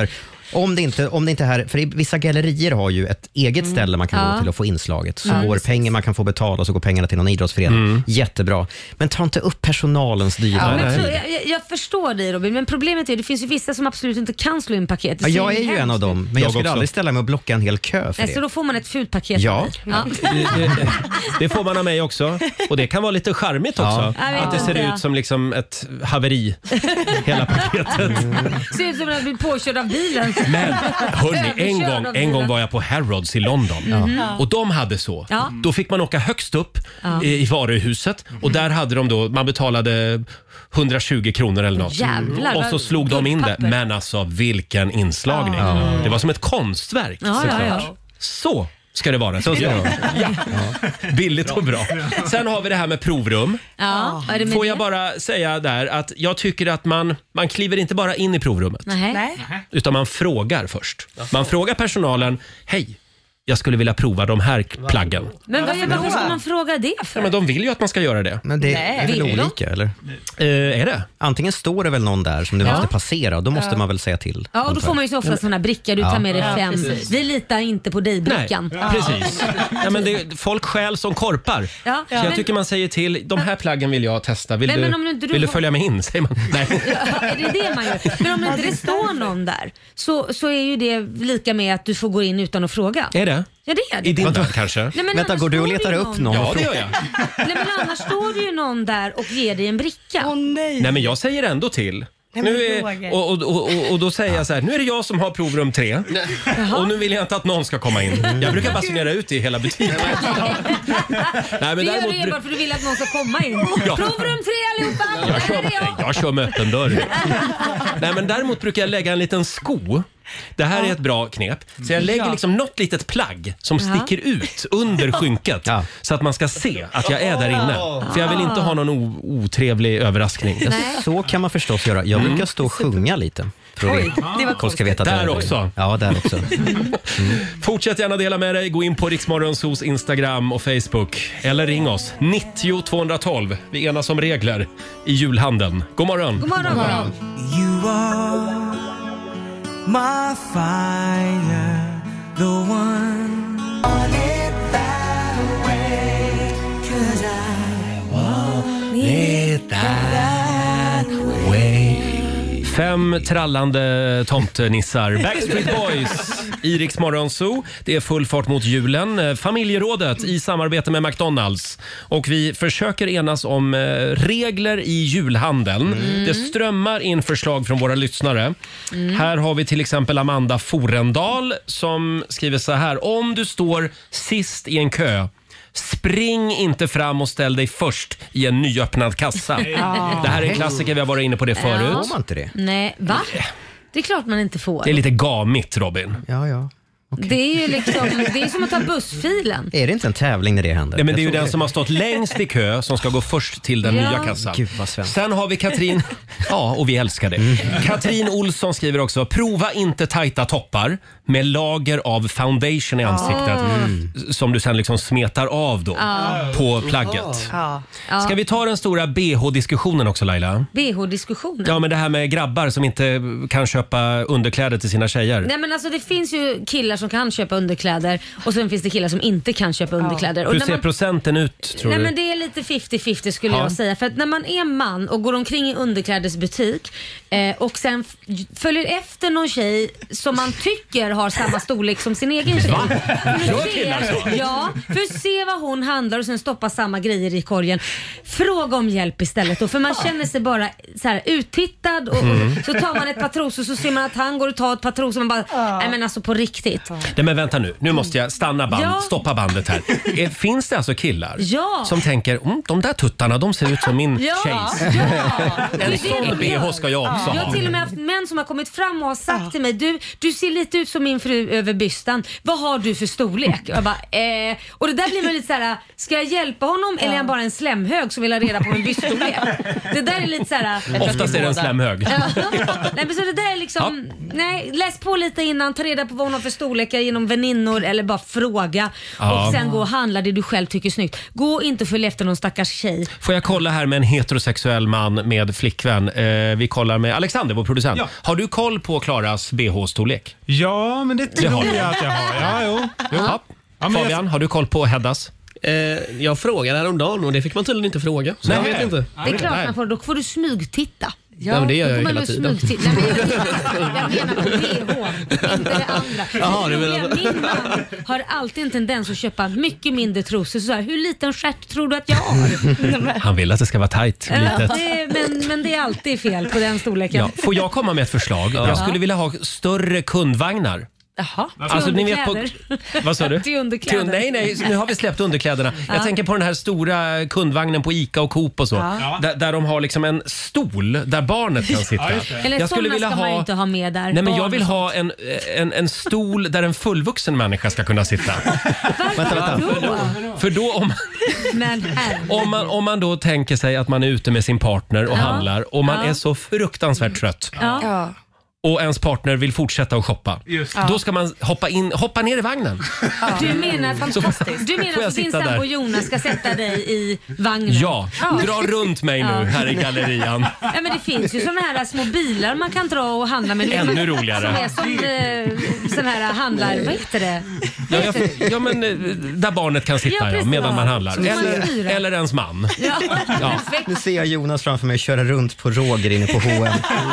Om det inte, om det inte här, för vissa gallerier har ju ett eget mm. ställe man kan ja. gå till och få inslaget. Så ja, går pengar man kan få betala och så går pengarna till någon idrottsförening. Mm. Jättebra. Men ta inte upp personalens dyra. Ja, jag, jag, jag förstår dig Robin, men problemet är att det finns ju vissa som absolut inte kan slå in paket. Ja, jag är ju en av dem, men jag, jag skulle också. aldrig ställa mig och blocka en hel kö för Nej, det. Så då får man ett fult paket. Ja. ja. Det, det, det får man av mig också. Och det kan vara lite charmigt också. Ja. Att det ser ut som liksom ett haveri, hela paketet. Mm. Ser ut som att jag blir påkörd av bilen. Men hörni, en gång, en gång var jag på Harrods i London. Mm. Och de hade så. Ja. Då fick man åka högst upp ja. i, i varuhuset. Och där hade de då, man betalade hundratjugo kronor eller något. Jävlar, och så slog de in det. Men alltså vilken inslagning. Ja. Det var som ett konstverk. Ja, ja, ja. Så ska det vara. Så ska det vara. Ja. Ja. Billigt och bra. Sen har vi det här med provrum. Ja, är det med Får det? jag bara säga där att jag tycker att man, man kliver inte bara in i provrummet. Nej. Utan man frågar först. Man frågar personalen, hej, jag skulle vilja prova de här plaggen. Men vad, men hur ska man fråga det för? Ja, men de vill ju att man ska göra det. Men det Nej. är väl Vill olika, de? eller? Eh, är det? Antingen står det väl någon där som du Ja. måste passera och då måste Ja. man väl säga till. Ja, och då får man ju så ofta sådana brickor. Du tar Ja. med dig Ja, fem. precis. Vi litar inte på dig, brickan. Nej, precis. Ja, men det, folk skäl som korpar. Ja. Så jag Men- tycker man säger till, de här plaggen vill jag testa. Vill, Men- du, men om du inte- du vill du har- följa med in? Säger man. Nej. Ja, är det det man gör? Men om inte det står någon där så, så är ju det lika med att du får gå in utan att fråga. Är det? Ja, det är det. I din värld kanske? Nej, men Vänta, annars går du och står det letar ju upp någon? Ja, och det frågar? gör jag. Nej, men annars står det ju någon där och ger dig en bricka. Åh nej. Nej, men jag säger ändå till. Nej, Nu men är, Roger. och, och, och, och, och då säger jag så här, nu är det jag som har provrum tre. Och nu vill jag inte att någon ska komma in. Jag brukar basunera ut i hela butiken. Nej, men Det gör däremot, du bara för att du vill att någon ska komma in. Ja. Provrum tre allihopa! jag, Här kör, är jag. jag kör med öppen dörr. Nej, men däremot brukar jag lägga en liten sko. Det här är ett bra knep. Så jag lägger Ja. liksom något litet plagg som Ja. sticker ut under skynket. Ja. Så att man ska se att jag är där inne. För jag vill inte ha någon o- otrevlig överraskning. Ja, så kan man förstås göra. Jag brukar stå och sjunga lite. För Oj, det var folk ska veta att Där jag är också. Ja, där också. Fortsätt gärna dela med dig. Gå in på Riksmorgonsos Instagram och Facebook. Eller ring oss. nittio tvåhundratolv. Vi enas om regler i julhandeln. God morgon. God morgon. God morgon. You are my fire, the one. Want it that way, 'cause I want it that way. Fem trallande tomtenissar. Backstreet Boys i Rix Morgon Zoo. Det är full fart mot julen. Familjerådet i samarbete med McDonalds. Och vi försöker enas om eh, regler i julhandeln. Mm. Det strömmar in förslag från våra lyssnare. Här har vi till exempel Amanda Forendal som skriver så här. Om du står sist i en kö, spring inte fram och ställ dig först i en nyöppnad kassa. Det här är en klassiker, vi har varit inne på det förut. Får man inte det? Nej, va? Det är klart man inte får. Det är lite gamigt, Robin. Ja, ja. Det är ju liksom, det är som att ta bussfilen. Är det inte en tävling när det händer? Nej, men det är ju Jag tror den som har stått längst i kö som ska gå först till den Ja. nya kassan. Gud, vad svenskt. Sen har vi Katrin. Ja, och vi älskar det. Katrin Olsson skriver också, prova inte tajta toppar med lager av foundation i ansiktet. Som du sen liksom smetar av då på plagget. Ja. Ska vi ta den stora B H-diskussionen också, Laila? B H-diskussionen. Ja, men det här med grabbar som inte kan köpa underkläder till sina tjejer. Nej, men alltså det finns ju killar som kan köpa underkläder och sen finns det killar som inte kan köpa underkläder. Och Hur när ser man, procenten ut, tror nej, du? men det är lite femtio femtio skulle Ja. jag säga. För att när man är man och går omkring i underklädesbutik eh, och sen f- följer efter någon tjej som man tycker har samma storlek som sin egen tjej. Va? För Gör att se- killar så? Ja, för att se vad hon handlar och sen stoppa samma grejer i korgen. Fråga om hjälp istället då, för man känner sig bara så här uttittad och, Mm. och så tar man ett par trosor så ser man att han går och tar ett par trosor och man bara, nej men alltså på riktigt. Nej, men vänta nu, nu måste jag stanna band, Ja. stoppa bandet här. Eh, Finns det alltså killar Ja. som tänker, mm, de där tuttarna, de ser ut som min Ja, tjejs. ja. En Det är det sån vi B H gör. ska jag också Jag har ha. till och med haft män som har kommit fram och har sagt till mig, du, du ser lite ut som min fru över bystan. Vad har du för storlek? Jag bara, eh. Och det där blir man lite så här: ska jag hjälpa honom eller är han bara en slemhög som vill ha reda på min byststorlek? Det där är lite så här. Oftast är det en slemhög. Ja. Nej, men så det där är liksom, nej, läs på lite innan, ta reda på vad hon har för storlek storlekar genom väninnor eller bara fråga Ja. och sen gå och handla det du själv tycker är snyggt. Gå inte och följ efter någon stackars tjej. Får jag kolla här med en heterosexuell man med flickvän? Eh, vi kollar med Alexander, vår producent. Ja. Har du koll på Klaras B H-storlek? Ja, men det tror har du. jag att jag har. Ja, jo. jo. Ja. Ja, men Fabian, har du koll på Heddas? Eh, jag frågade häromdagen och det fick man tydligen inte fråga. Så Nej. jag vet inte. Det är klart man får, då får du smygtitta. Ja, men det gör jag Då får hela man ju tiden. smygtitta. Nej, men jag, jag menar på B H, inte det andra. Jaha, Det du roliga, menar- min man har alltid en tendens att köpa mycket mindre trosor. Så här, hur liten stjärt tror du att jag har? Han vill att det ska vara tajt. Ja, Litet. det, men, men det är alltid fel på den storleken. Ja, får jag komma med ett förslag? Jag skulle vilja ha större kundvagnar. Jaha. Alltså, ni vet på, vad sa du? Till underkläder. Till, nej, nej, nu har vi släppt underkläderna. Ja. Jag tänker på den här stora kundvagnen på Ica och Coop och så. Ja. Där, där de har liksom en stol där barnet kan sitta. Eller jag sådana ska man ju inte ha med där. Nej, men jag Barn vill och ha en, en, en stol där en fullvuxen människa ska kunna sitta. Vänta, vänta. För då, för då om, Men herre. om, man, om man då tänker sig att man är ute med sin partner och Ja. handlar och man Ja. är så fruktansvärt trött. Ja. Ja. Och ens partner vill fortsätta att shoppa. Just. Då Ja. ska man hoppa, in, hoppa ner i vagnen. Du menar, Fantastiskt. du menar Får jag att din sitta sambo där? Jonas ska sätta dig i vagnen? Ja, dra runt mig nu Ja. här i gallerian. Ja, men det finns ju såna här små bilar man kan dra och handla med. Ännu roligare. Som är som eh, sån här handlar... Vad heter det? Ja, jag, ja, men eh, där barnet kan sitta Ja, ja, precis. medan man handlar. Så man styr. Eller, eller ens man. Ja, Ja. perfekt. Nu ser jag Jonas framför mig köra runt på Roger inne på H och M.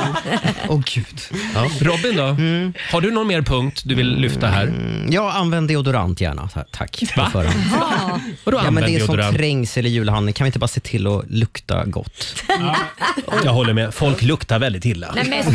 Åh gud. Ja. Robin då? Har du någon mer punkt du vill lyfta här? Mm, ja, använd deodorant gärna. Ta- Tack. Va? För Jaha. Vadå ja, men använd det är deodorant? som trängsel i julhandeln. Kan vi inte bara se till att lukta gott? Jag håller med. Folk luktar väldigt illa. Nej, men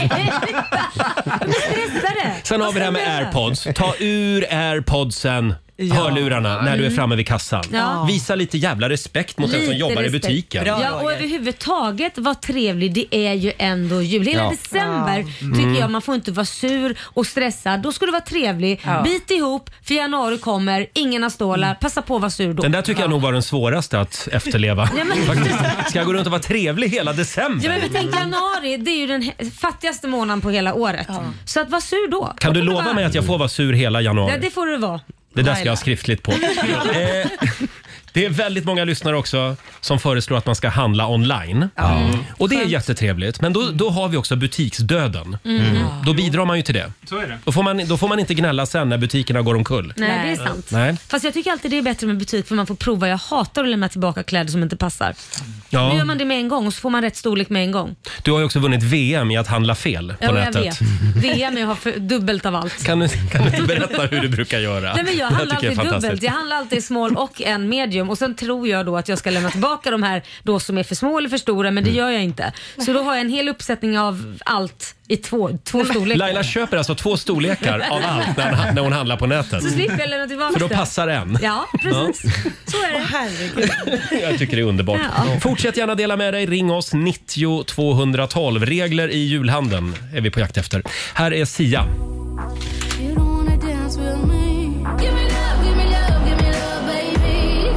de är stressade. Sen har vi det här med airpods. Ta ur airpodsen, Ja. hörlurarna, när du är framme vid kassan. Ja. Visa lite jävla respekt mot den som Lite jobbar i respekt. butiken. Ja, och överhuvudtaget var trevlig. Det är ju ändå jul. Hela Ja. december Ja. tycker Mm. jag man får inte vara sur och stressad. Då ska du vara trevlig. Ja. Bit ihop, för januari kommer. Ingen har stålar. Passa på att vara sur då. Den där tycker jag nog var den svåraste att efterleva. Ja, men- Faktiskt. Ska jag gå runt och vara trevlig hela december? Ja, men vi tänker januari, det är ju den he- fattigaste månaden på hela året. Så att vara sur då. Kan Då du får lova vara- mig att jag får vara sur hela januari? Ja, det får du vara. Det där ska jag ha skriftligt på. eh, det är väldigt många lyssnare också som föreslår att man ska handla online. Mm. Och det är jättetrevligt. Men då, då har vi också butiksdöden. Mm. Då bidrar man ju till det. Så är det. Då får, man, då får man inte gnälla sen när butikerna går omkull. Nej, det är sant. Nej. Fast jag tycker alltid det är bättre med butik för man får prova. Jag hatar att lämna tillbaka kläder som inte passar. Ja. Nu gör man det med en gång och så får man rätt storlek med en gång. Du har ju också vunnit V M i att handla fel på Ja, jag nätet. vet. V M jag har för dubbelt av allt. Kan du, kan du inte berätta hur du brukar göra? Nej, men jag Det här handlar tycker alltid är dubbelt. fantastiskt. Jag handlar alltid small och en medium och sen tror jag då att jag ska lämna tillbaka de här då som är för små eller för stora, men det Mm. gör jag inte. Så då har jag en hel uppsättning av allt i två, två storlekar. Laila köper alltså två storlekar av allt när, när hon handlar på nätet. Så slipper jag lämna tillbaka För då det. passar en. Ja, precis. Så är det. Jag tycker det är underbart. Ja. Fortsätt gärna dela med dig. Ring oss nittio tvåhundratolv. Regler i julhandeln är vi på jakt efter. Här är Sia. You don't wanna dance with me. Give me love, give me love, give me love, baby.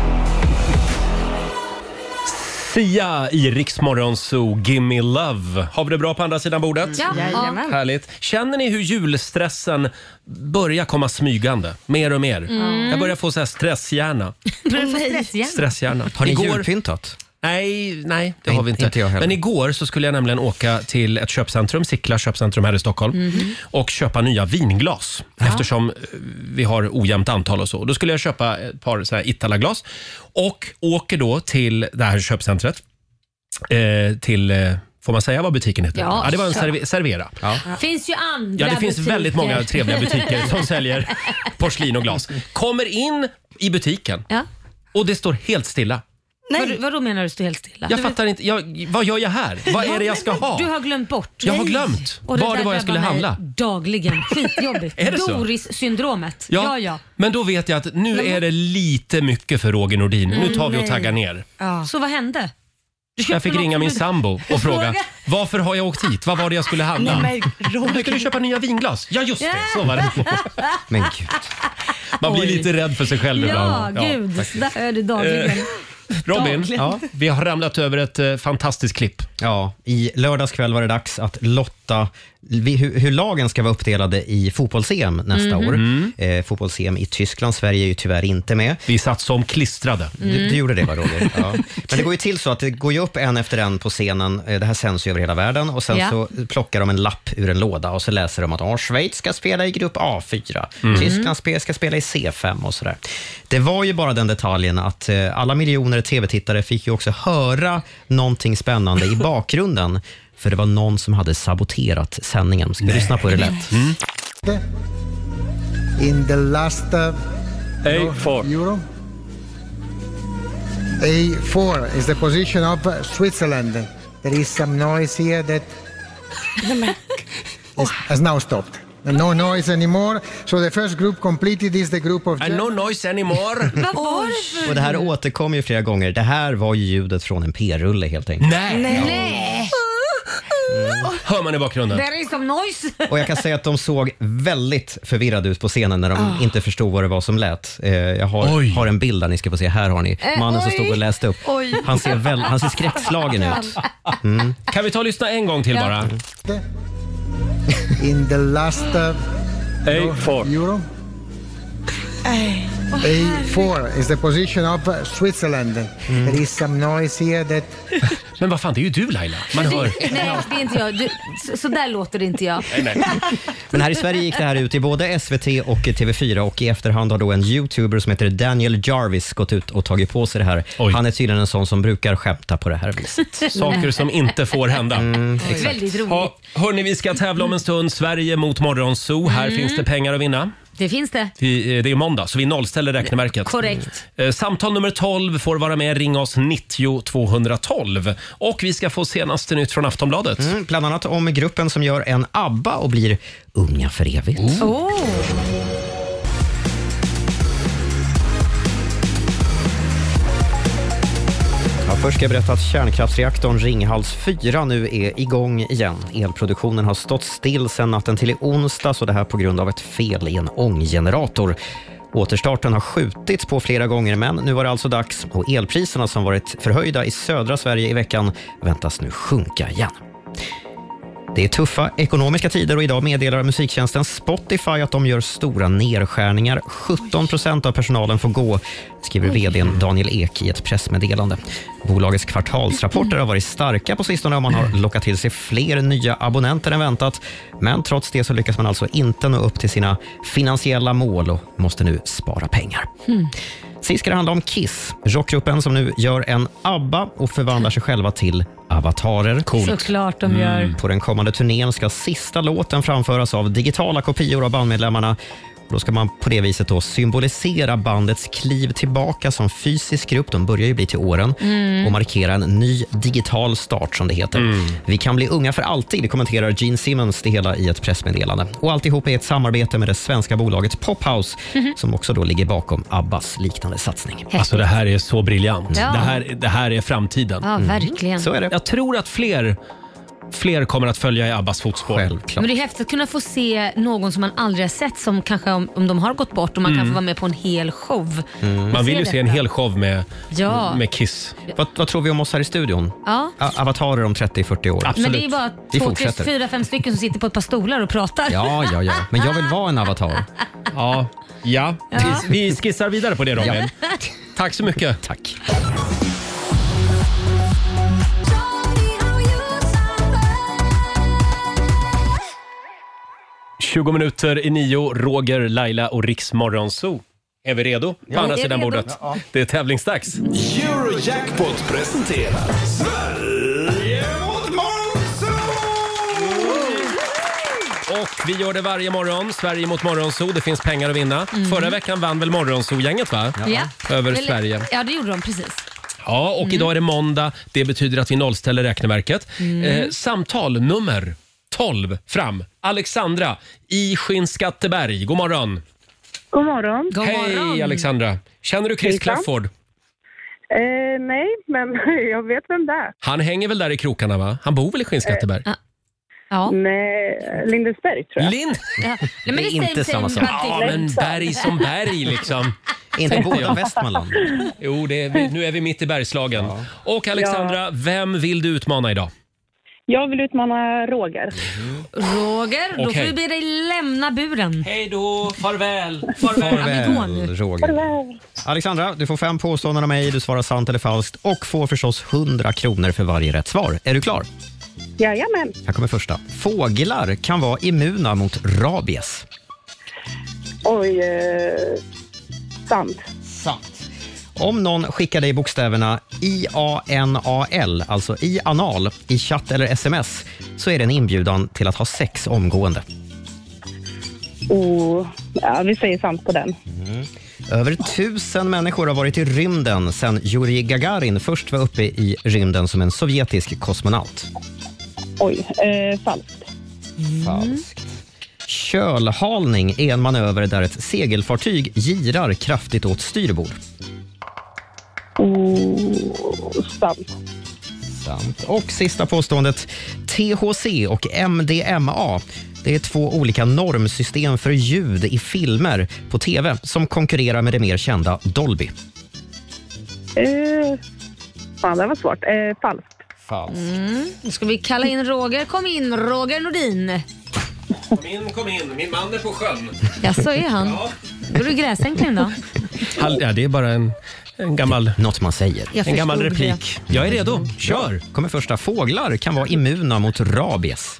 Sia i Rix Morgon Zoo, Gimme Love. Har vi det bra på andra sidan bordet? Ja. Jajamän. Härligt. Känner ni hur julstressen börjar komma smygande? Mer och mer. Mm. Jag börjar få så här stresshjärna. Börjar du få stresshjärna? Stresshjärna. Har ni Igår- julpyntat? Nej, nej, det Nej, har vi inte. inte jag heller. Men igår så skulle jag nämligen åka till ett köpcentrum, Sickla köpcentrum här i Stockholm, Mhm. och köpa nya vinglas. Eftersom eh, vi har ojämnt antal och så. Då skulle jag köpa ett par så här Italaglas och åker då till det här köpcentret. Eh, till, eh, får man säga vad butiken heter? Ja, det var en kör. serve- Servera. Ja. Finns ju andra Ja, det finns butiker. väldigt många trevliga butiker som säljer porslin och glas. Kommer in i butiken Ja. och det står helt stilla. Vad, vad då menar du står helt stilla? Jag fattar inte. Jag, vad gör jag här? Vad är det jag ska ha? Du har glömt bort. Jag har glömt. Och Var det där var jag skulle drabbar mig handla? Dagligen. Skitjobbigt. Är det så? Doris-syndromet. Ja, ja. Men då vet jag att nu är det lite mycket för Roger Nordin. Nu tar vi och taggar ner. Så vad hände? Du köpte Jag fick något ringa som min du- sambo och fråga varför har jag åkt hit? Vad var det jag skulle handla? Nej, Jag skulle köpa nya vinglas. Ja, just det. Så var det. Men gud. Man blir Oj. lite rädd för sig själv Ja, ibland. gud. Där är det dagligen. Robin, Dagligen. ja, vi har ramlat över ett eh, fantastiskt klipp. Ja, i lördags kväll var det dags att lotta hur, hur lagen ska vara uppdelade i fotbolls-E M nästa Mm. år. Mm. Eh, fotbolls-E M i Tyskland, Sverige är ju tyvärr inte med. Vi satt som klistrade. Du, du gjorde det, va, Roger? Ja. Men det går ju till så att det går ju upp en efter en på scenen. Eh, Det här sänds ju över hela världen och sen Ja. så plockar de en lapp ur en låda och så läser de att oh, Schweiz ska spela i grupp A fyra. Mm. Tyskland spe- ska spela i C fem och sådär. Det var ju bara den detaljen att eh, alla miljoner tv-tittare fick ju också höra någonting spännande i bakgrunden. För det var någon som hade saboterat sändningen. Ska vi lyssna på hur det lät? Mm. In the last uh, A four. Euro. A four is the position of uh, Switzerland. There is some noise here that is, has now stopped. No noise anymore. So the first group completed is the group of... And no noise anymore. Vad var det för... Och det här återkom ju flera gånger. Det här var ju ljudet från en P-rulle helt enkelt. Nej! Nej. Hör man i bakgrunden? There is some noise. Och jag kan säga att de såg väldigt förvirrade ut på scenen när de Ah. inte förstod vad det var som lät. Eh, Jag har, har en bild där ni ska få se. Här har ni Eh, mannen som oj. stod och läste upp. Oj. Han ser, väl, han ser skräckslagen ut. Mm. Kan vi ta och lyssna en gång till Ja. bara? In the last uh, A four. Euro. A four is the position of uh, Switzerland. There is some noise here that... Men vad fan, det är ju du Laila. Man hör. Nej, det är inte jag. Du, så, så där låter det inte jag. Nej, nej. Men här i Sverige gick det här ut i både S V T och T V fyra och i efterhand har då en YouTuber som heter Daniel Jarvis gått ut och tagit på sig det här. Oj. Han är tydligen en sån som brukar skämta på det här viset. Saker som inte får hända. Mm, Väldigt roligt. Ja, hörni, vi ska tävla om en stund. Sverige mot Morgonzoo. Här Mm. finns det pengar att vinna. Det finns det. Vi- Det är måndag, så vi nollställer räkneverket. Korrekt. Eh, Samtal nummer tolv får vara med. Ring oss nittio tvåhundratolv. Och vi ska få senaste nytt från Aftonbladet. Mm, bland annat om gruppen som gör en ABBA och blir unga för evigt. Oh. Ja, först ska jag berätta att kärnkraftsreaktorn Ringhals fyra nu är igång igen. Elproduktionen har stått still sedan natten till i onsdag, så det här på grund av ett fel i en ånggenerator. Återstarten har skjutits på flera gånger, men nu var det alltså dags, och elpriserna som varit förhöjda i södra Sverige i veckan väntas nu sjunka igen. Det är tuffa ekonomiska tider och idag meddelar musiktjänsten Spotify att de gör stora nedskärningar. sjutton procent av personalen får gå, skriver vdn Daniel Ek i ett pressmeddelande. Bolagets kvartalsrapporter har varit starka på sistone och man har lockat till sig fler nya abonnenter än väntat. Men trots det så lyckas man alltså inte nå upp till sina finansiella mål och måste nu spara pengar. Mm. Sist ska det handla om Kiss, rockgruppen som nu gör en ABBA och förvandlar sig själva till avatarer. Coolt. Såklart de gör. Mm. På den kommande turnén ska sista låten framföras av digitala kopior av bandmedlemmarna. Då ska man på det viset då symbolisera bandets kliv tillbaka som fysisk grupp. De börjar ju bli till åren. Mm. Och markera en ny digital start som det heter. Mm. Vi kan bli unga för alltid, kommenterar Gene Simmons det hela i ett pressmeddelande. Och alltihop är ett samarbete med det svenska bolaget Pophouse Mhm. som också då ligger bakom Abbas liknande satsning. Alltså det här är så briljant. Ja. Det, här, det här är framtiden. Ja, verkligen. Så är det. Jag tror att fler, fler kommer att följa i Abbas fotspår. Självklart. Men det är häftigt att kunna få se någon som man aldrig har sett, som kanske om, om de har gått bort, och man kan Mm. få vara med på en hel show. Man vill ju Se se en detta. hel show med, Ja. med Kiss. Vad, vad tror vi om oss här i studion? Ja. A- Avatarer om trettio fyrtio år. Absolut. Men det är bara Vi två, tre, fortsätter. fyra, fem stycken som sitter på ett par stolar och pratar. Ja, ja, ja. Men jag vill vara en avatar. Ja, ja. Vi, vi skissar vidare på det, Robin. Tack så mycket. Tack. tjugo minuter i nio, Roger, Laila och Riks Morgonzoo. Är vi redo? På Ja. andra Är sidan redo. bordet. Ja. Det är tävlingsdags. Eurojackpot presenterar Sverige mot Och vi gör det varje morgon. Sverige mot Morgonzoo. Det finns pengar att vinna. Mm. Förra veckan vann väl Morgonzoo-gänget, va? Ja. Över Eller- Sverige. Ja, det gjorde de precis. Ja, och Mm. idag är det måndag. Det betyder att vi nollställer räkneverket. Mm. Eh, samtal nummer tolv fram. Alexandra i Skinnskatteberg. God morgon. God morgon. God Hej morgon. Alexandra. Känner du Chris Hejsan. Clafford? Eh, nej, men jag vet vem det är. Han hänger väl där i krokarna, va? Han bor väl i Skinnskatteberg? Ja. Ja. Nej, Lindesberg tror jag. Lind? Ja. Nej, men Det är same, inte same, samma sak. but Ja, different. men berg som berg liksom. Inte Tänkte båda jag. Västmanland. Jo, det är, vi- nu är vi mitt i Bergslagen. Och Alexandra, vem vill du utmana idag? Jag vill utmana Roger. Roger, då Okej. får vi be dig lämna buren. Hej då, farväl. Ja, vi går nu. Roger. Alexandra, du får fem påståenden av mig. Du svarar sant eller falskt och får förstås hundra kronor för varje rätt svar. Är du klar? Jajamän. Här kommer första. Fåglar kan vara immuna mot rabies. Oj, eh, sant. Sant. Om någon skickar dig bokstäverna I A N A L, alltså i anal, i chatt eller sms, så är det en inbjudan till att ha sex omgående. Oh, ja, vi säger sant på den. Mm. Över tusen människor har varit i rymden sedan Yuri Gagarin först var uppe i rymden som en sovjetisk kosmonaut. Oj, eh, falskt. Falskt. Kölhalning är en manöver där ett segelfartyg girar kraftigt åt styrbord. Oh, sant. Sant. Och sista påståendet. T H C och M D M A. Det är två olika normsystem för ljud i filmer på tv som konkurrerar med det mer kända Dolby. Eh, fan, det var svårt. Eh, falskt. Falskt. Mm. Nu ska vi kalla in Roger. Kom in, Roger Nordin. Kom in, kom in. Min man är på sjön. Ja, så är han. Då är du gräsänkling då. Hall- Ja, det är bara en, en gammal... Något man säger. Jag En gammal förstod replik. Jag är redo. Kör. Kommer första. Fåglar kan vara immuna mot rabies.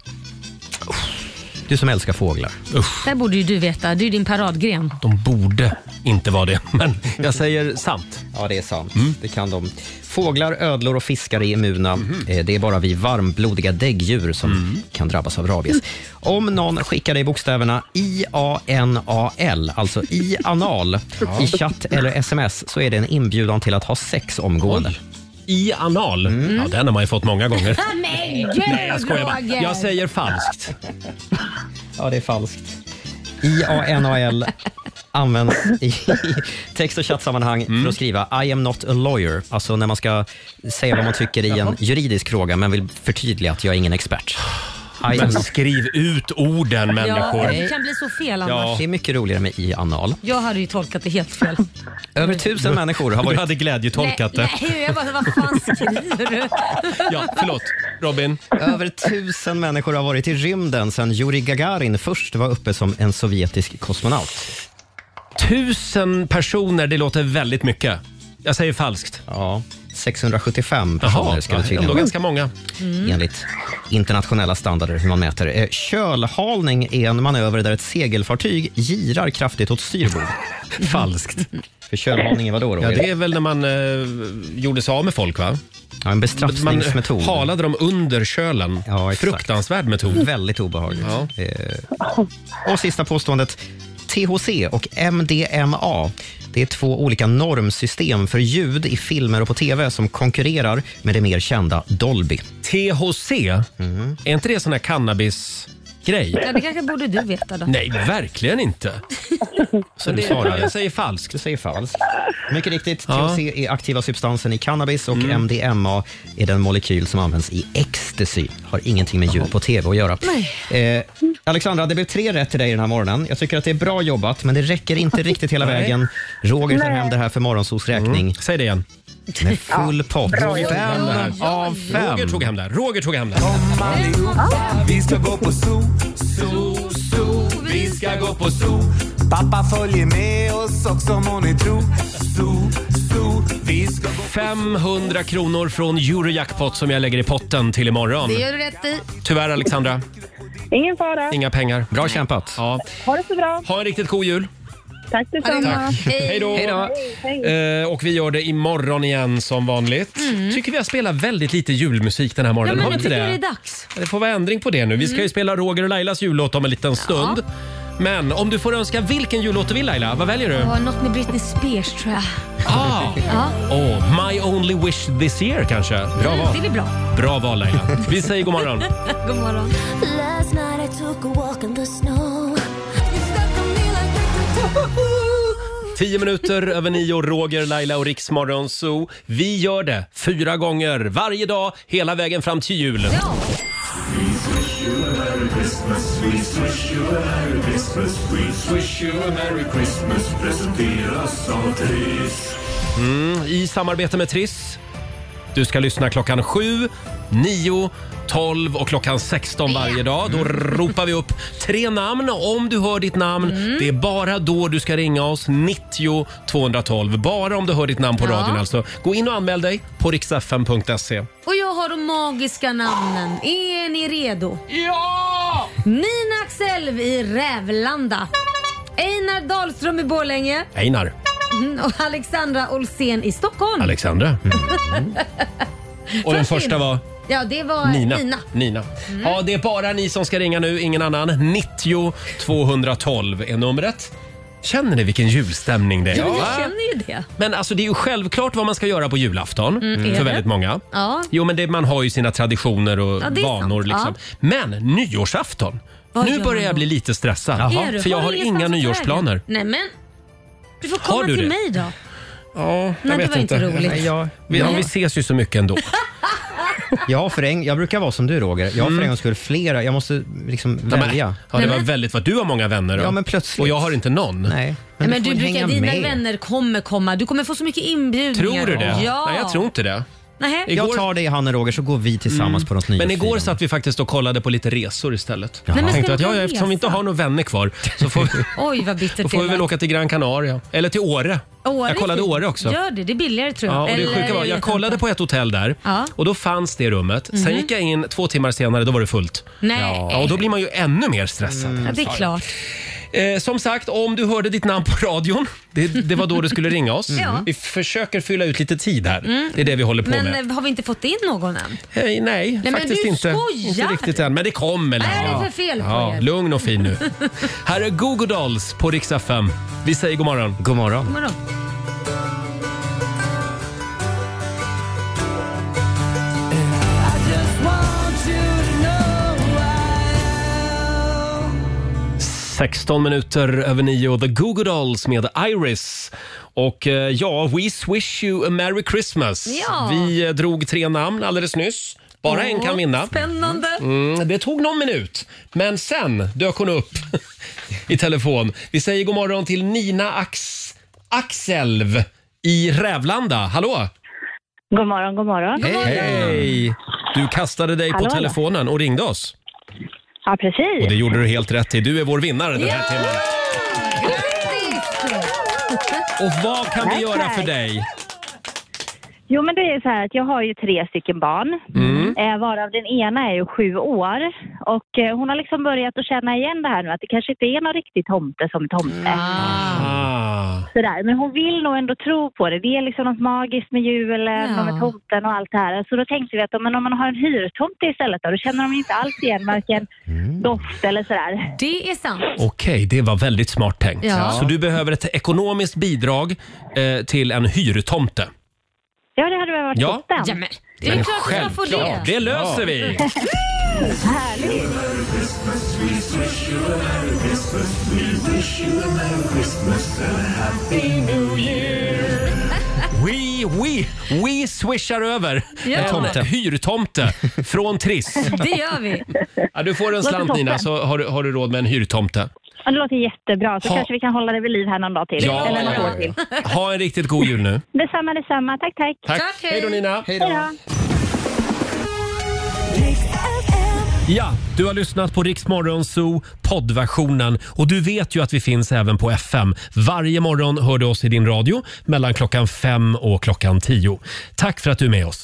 Du som älskar fåglar. Usch, Det borde ju du veta. Det är ju din paradgren. de borde inte vara det. Men jag säger sant. Ja, det är sant. Det kan de. Fåglar, ödlor och fiskar är immuna. Eh, Det är bara vi varmblodiga däggdjur som kan drabbas av rabies. Om någon skickar dig bokstäverna I A N A L, alltså i anal, i chatt eller sms, så är det en inbjudan till att ha sex omgående. I anal? Ja, den har man ju fått många gånger. Men gud, Nej, jag skojar bara. Roger. Jag säger falskt. Ja, det är falskt. I A N A L används i text- och chattsammanhang för att skriva I am not a lawyer. Alltså när man ska säga vad man tycker i en juridisk fråga men vill förtydliga att jag är ingen expert. I Men skriv ut orden, Ja, människor. det kan bli så fel annars. Ja. Det är mycket roligare med i anal. Jag hade ju tolkat det helt fel. Över tusen människor har Du varit... hade glädjetolkat det. Nej, jag bara, vad fan skriver du? Ja, förlåt. Robin. Över tusen människor har varit i rymden sedan Yuri Gagarin först var uppe som en sovjetisk kosmonaut. Tusen personer, det låter väldigt mycket. Jag säger falskt. Ja, sexhundrasjuttiofem personer Jaha, ska det ja, tydligen ändå vara. ganska många. Enligt internationella standarder hur man mäter. Eh, Kölhalning är en manöver där ett segelfartyg girar kraftigt åt styrbord. Falskt. För kölhalning är vad då? Ja, det är väl när man eh, gjorde sig av med folk, va? Ja, en bestraffningsmetod. Man halade dem under kölen. Ja, exakt. Fruktansvärd metod. Väldigt obehagligt. Ja. Eh, och sista påståendet. T H C och M D M A. Det är två olika normsystem för ljud i filmer och på tv som konkurrerar med det mer kända Dolby. T H C, är inte det sån här cannabis-grej? Ja, det kanske borde du veta då. Nej, verkligen inte. Så du Det, svarar. jag säger falskt. Du säger falskt. Mycket riktigt, Ja. T H C är aktiva substansen i cannabis och M D M A är den molekyl som används i ecstasy. Har ingenting med ljud på tv att göra. Eh, Alexandra, det blev tre rätt till dig den här morgonen. Jag tycker att det är bra jobbat, men det räcker inte riktigt hela Nej. vägen. Roger tar hem det här för Morgonsos räkning. Mm. Säg det igen. Med full pott. Roger tog hem det här. Fem av fem. Roger tog hem det här. Roger tog hem det. Vi ska gå på zoo, zoo, zoo. Vi ska gå på zoo. Pappa följer med oss också må ni tro. Zoo, zoo. Vi ska gå på femhundra kronor från Eurojackpot som jag lägger i potten till imorgon. Det gör du rätt i. Tyvärr, Alexandra. Ingen fara. Inga pengar. Bra kämpat. Ja. Ha det så bra. Ha en riktigt god jul. Tack detsamma. Tack. Hej då. Hej då. Hej. Eh, och vi gör det imorgon igen som vanligt. Tycker vi har spelat väldigt lite julmusik den här Ja, morgonen. men Har nu vi inte tycker jag det? det är dags. Det får vara ändring på det nu. Vi ska ju spela Roger och Lailas jullåt om en liten stund. Men om du får önska vilken jullåt du vill, Laila, vad väljer du? Ja, något med Britney Spears tror jag. Ah, Ja. oh, My Only Wish This Year kanske. Bra Mm, val. det blir bra. Bra val, Laila. Vi säger god morgon. God morgon. Last night I took a walk in the snow. Tio minuter över nio, Roger, Laila och Riks Morgonzoo. Vi gör det fyra gånger varje dag hela vägen fram till jul. Ja. We wish you a Merry Christmas. We wish you a Merry Christmas. We wish you a Merry Christmas. Presenteras av Triss. Mm, I samarbete med Triss. Du ska lyssna klockan sju, nio, tolv och klockan sexton varje dag. Då ropar vi upp tre namn. Om du hör ditt namn, mm. det är bara då du ska ringa oss. nittio tvåhundratolv. Bara om du hör ditt namn på ja. radion alltså. Gå in och anmäl dig på riks f m punkt se. Och jag har de magiska namnen. Är ni redo? Ja! Nina Axelv i Rävlanda. Einar Dahlström i Borlänge. Einar. Mm, och Alexandra Olsen i Stockholm. Alexandra. Mm. Och den första var? Ja, det var Nina. Nina. Nina. Mm. Ja, det är bara ni som ska ringa nu, ingen annan. nittio tvåhundratolv är numret. Känner ni vilken julstämning det är? Ja, jag känner ju det. Men alltså det är ju självklart vad man ska göra på julafton mm, för väldigt många. Ja. Jo, men det, man har ju sina traditioner och ja, vanor liksom. Ja. Men nyårsafton. Vad nu börjar jag bli lite stressad. Jaha. För jag har, har inga nyårsplaner. Nej, men du får komma har du till det? mig då. Ja, jag Nej, vet det var inte. inte roligt. Nej, jag, vi, ja, vi ses ju så mycket ändå. Ja, för en, jag brukar vara som du, Roger. Jag har för en gång skulle flera. Jag måste liksom välja. Ja, det var väldigt vad du har många vänner då. Ja, men plötsligt. Och jag har inte någon. Nej. Men, men du, du brukar, dina med. vänner kommer komma. Du kommer få så mycket inbjudningar. Tror du det? Ja. Nej, jag tror inte det. Nähä. Igår... Jag tar dig, Hanna Roger, så går vi tillsammans mm. på något nytt. Men igår satt vi faktiskt och kollade på lite resor istället. Nej, jag men tänkte att ja, resa? eftersom vi inte har några vänner kvar så får vi, Oj, vad bittert då får vi väl åka till Gran Canaria. Eller till Åre. Åre jag kollade Åre också. Gör det, det är billigare tror jag. Ja, och det sjuka var, jag kollade på ett hotell där ja. och då fanns det rummet. Sen mm. gick jag in två timmar senare, då var det fullt. Nej. Ja, och då blir man ju ännu mer stressad. Mm. Ja, det är klart. Eh, som sagt, om du hörde ditt namn på radion, det, det var då du skulle ringa oss. Mm. Vi försöker fylla ut lite tid här. Mm. Det är det vi håller på men, med. Men har vi inte fått in någon än? Hey, nej, nej, faktiskt inte. Inte riktigt än, men det kommer. Vad är det för fel på ja, er? Lugn och fin nu. Här är Goo Goo Dolls på Rix F M. Vi säger god morgon. God morgon. God morgon. sexton minuter över nio, The Goo Goo Dolls med Iris. Och eh, ja, We Wish You a Merry Christmas. Ja. Vi eh, drog tre namn alldeles nyss. Bara Åh, en kan vinna. Spännande. Mm, det tog någon minut, men sen dök hon upp i telefon. Vi säger god morgon till Nina Ax Axelv i Rävlanda. Hallå! God morgon, god morgon. Hej! Hej. Du kastade dig Hallå, på telefonen och ringde oss. Ja, precis. Och det gjorde du helt rätt i. Du är vår vinnare den här Ja! timmen. Och vad kan vi Tack, göra tack. för dig? Jo, men det är så här att jag har ju tre stycken barn. Mm. Eh, varav den ena är ju sju år. Och eh, hon har liksom börjat att känna igen det här nu. Att det kanske inte är någon riktig tomte som tomte. Ah. Sådär. Men hon vill nog ändå tro på det. Det är liksom något magiskt med julen Ja. och med tomten och allt det här. Så då tänkte vi att men om man har en hyrtomte istället då, då känner de inte alls igen varken Mm. doft eller sådär. Det är sant. Okej, det var väldigt smart tänkt. Ja. Så du behöver ett ekonomiskt bidrag eh, till en hyrtomte. Ja, det hade väl varit Ja. toppen. Ja, men det är Men klart att jag får självklart, det. det löser vi. Härligt. We, we, we swishar över Ja. en Tomte. hyrtomte från Triss. Det gör vi. Ja, du får en slant toppen. Nina, så har du, har du råd med en hyrtomte. Ja, det låter jättebra. Så Ha- kanske vi kan hålla det vid liv här någon dag till. Ja, eller något ja, år till. Ha en riktigt god jul nu. Detsamma, detsamma. Tack, tack. Tack. Tack, hej. Hej då Nina. Hej Hej då. då. Ja, du har lyssnat på Rix Morgon Zoo poddversionen och du vet ju att vi finns även på F M. Varje morgon hör du oss i din radio mellan klockan fem och klockan tio. Tack för att du är med oss.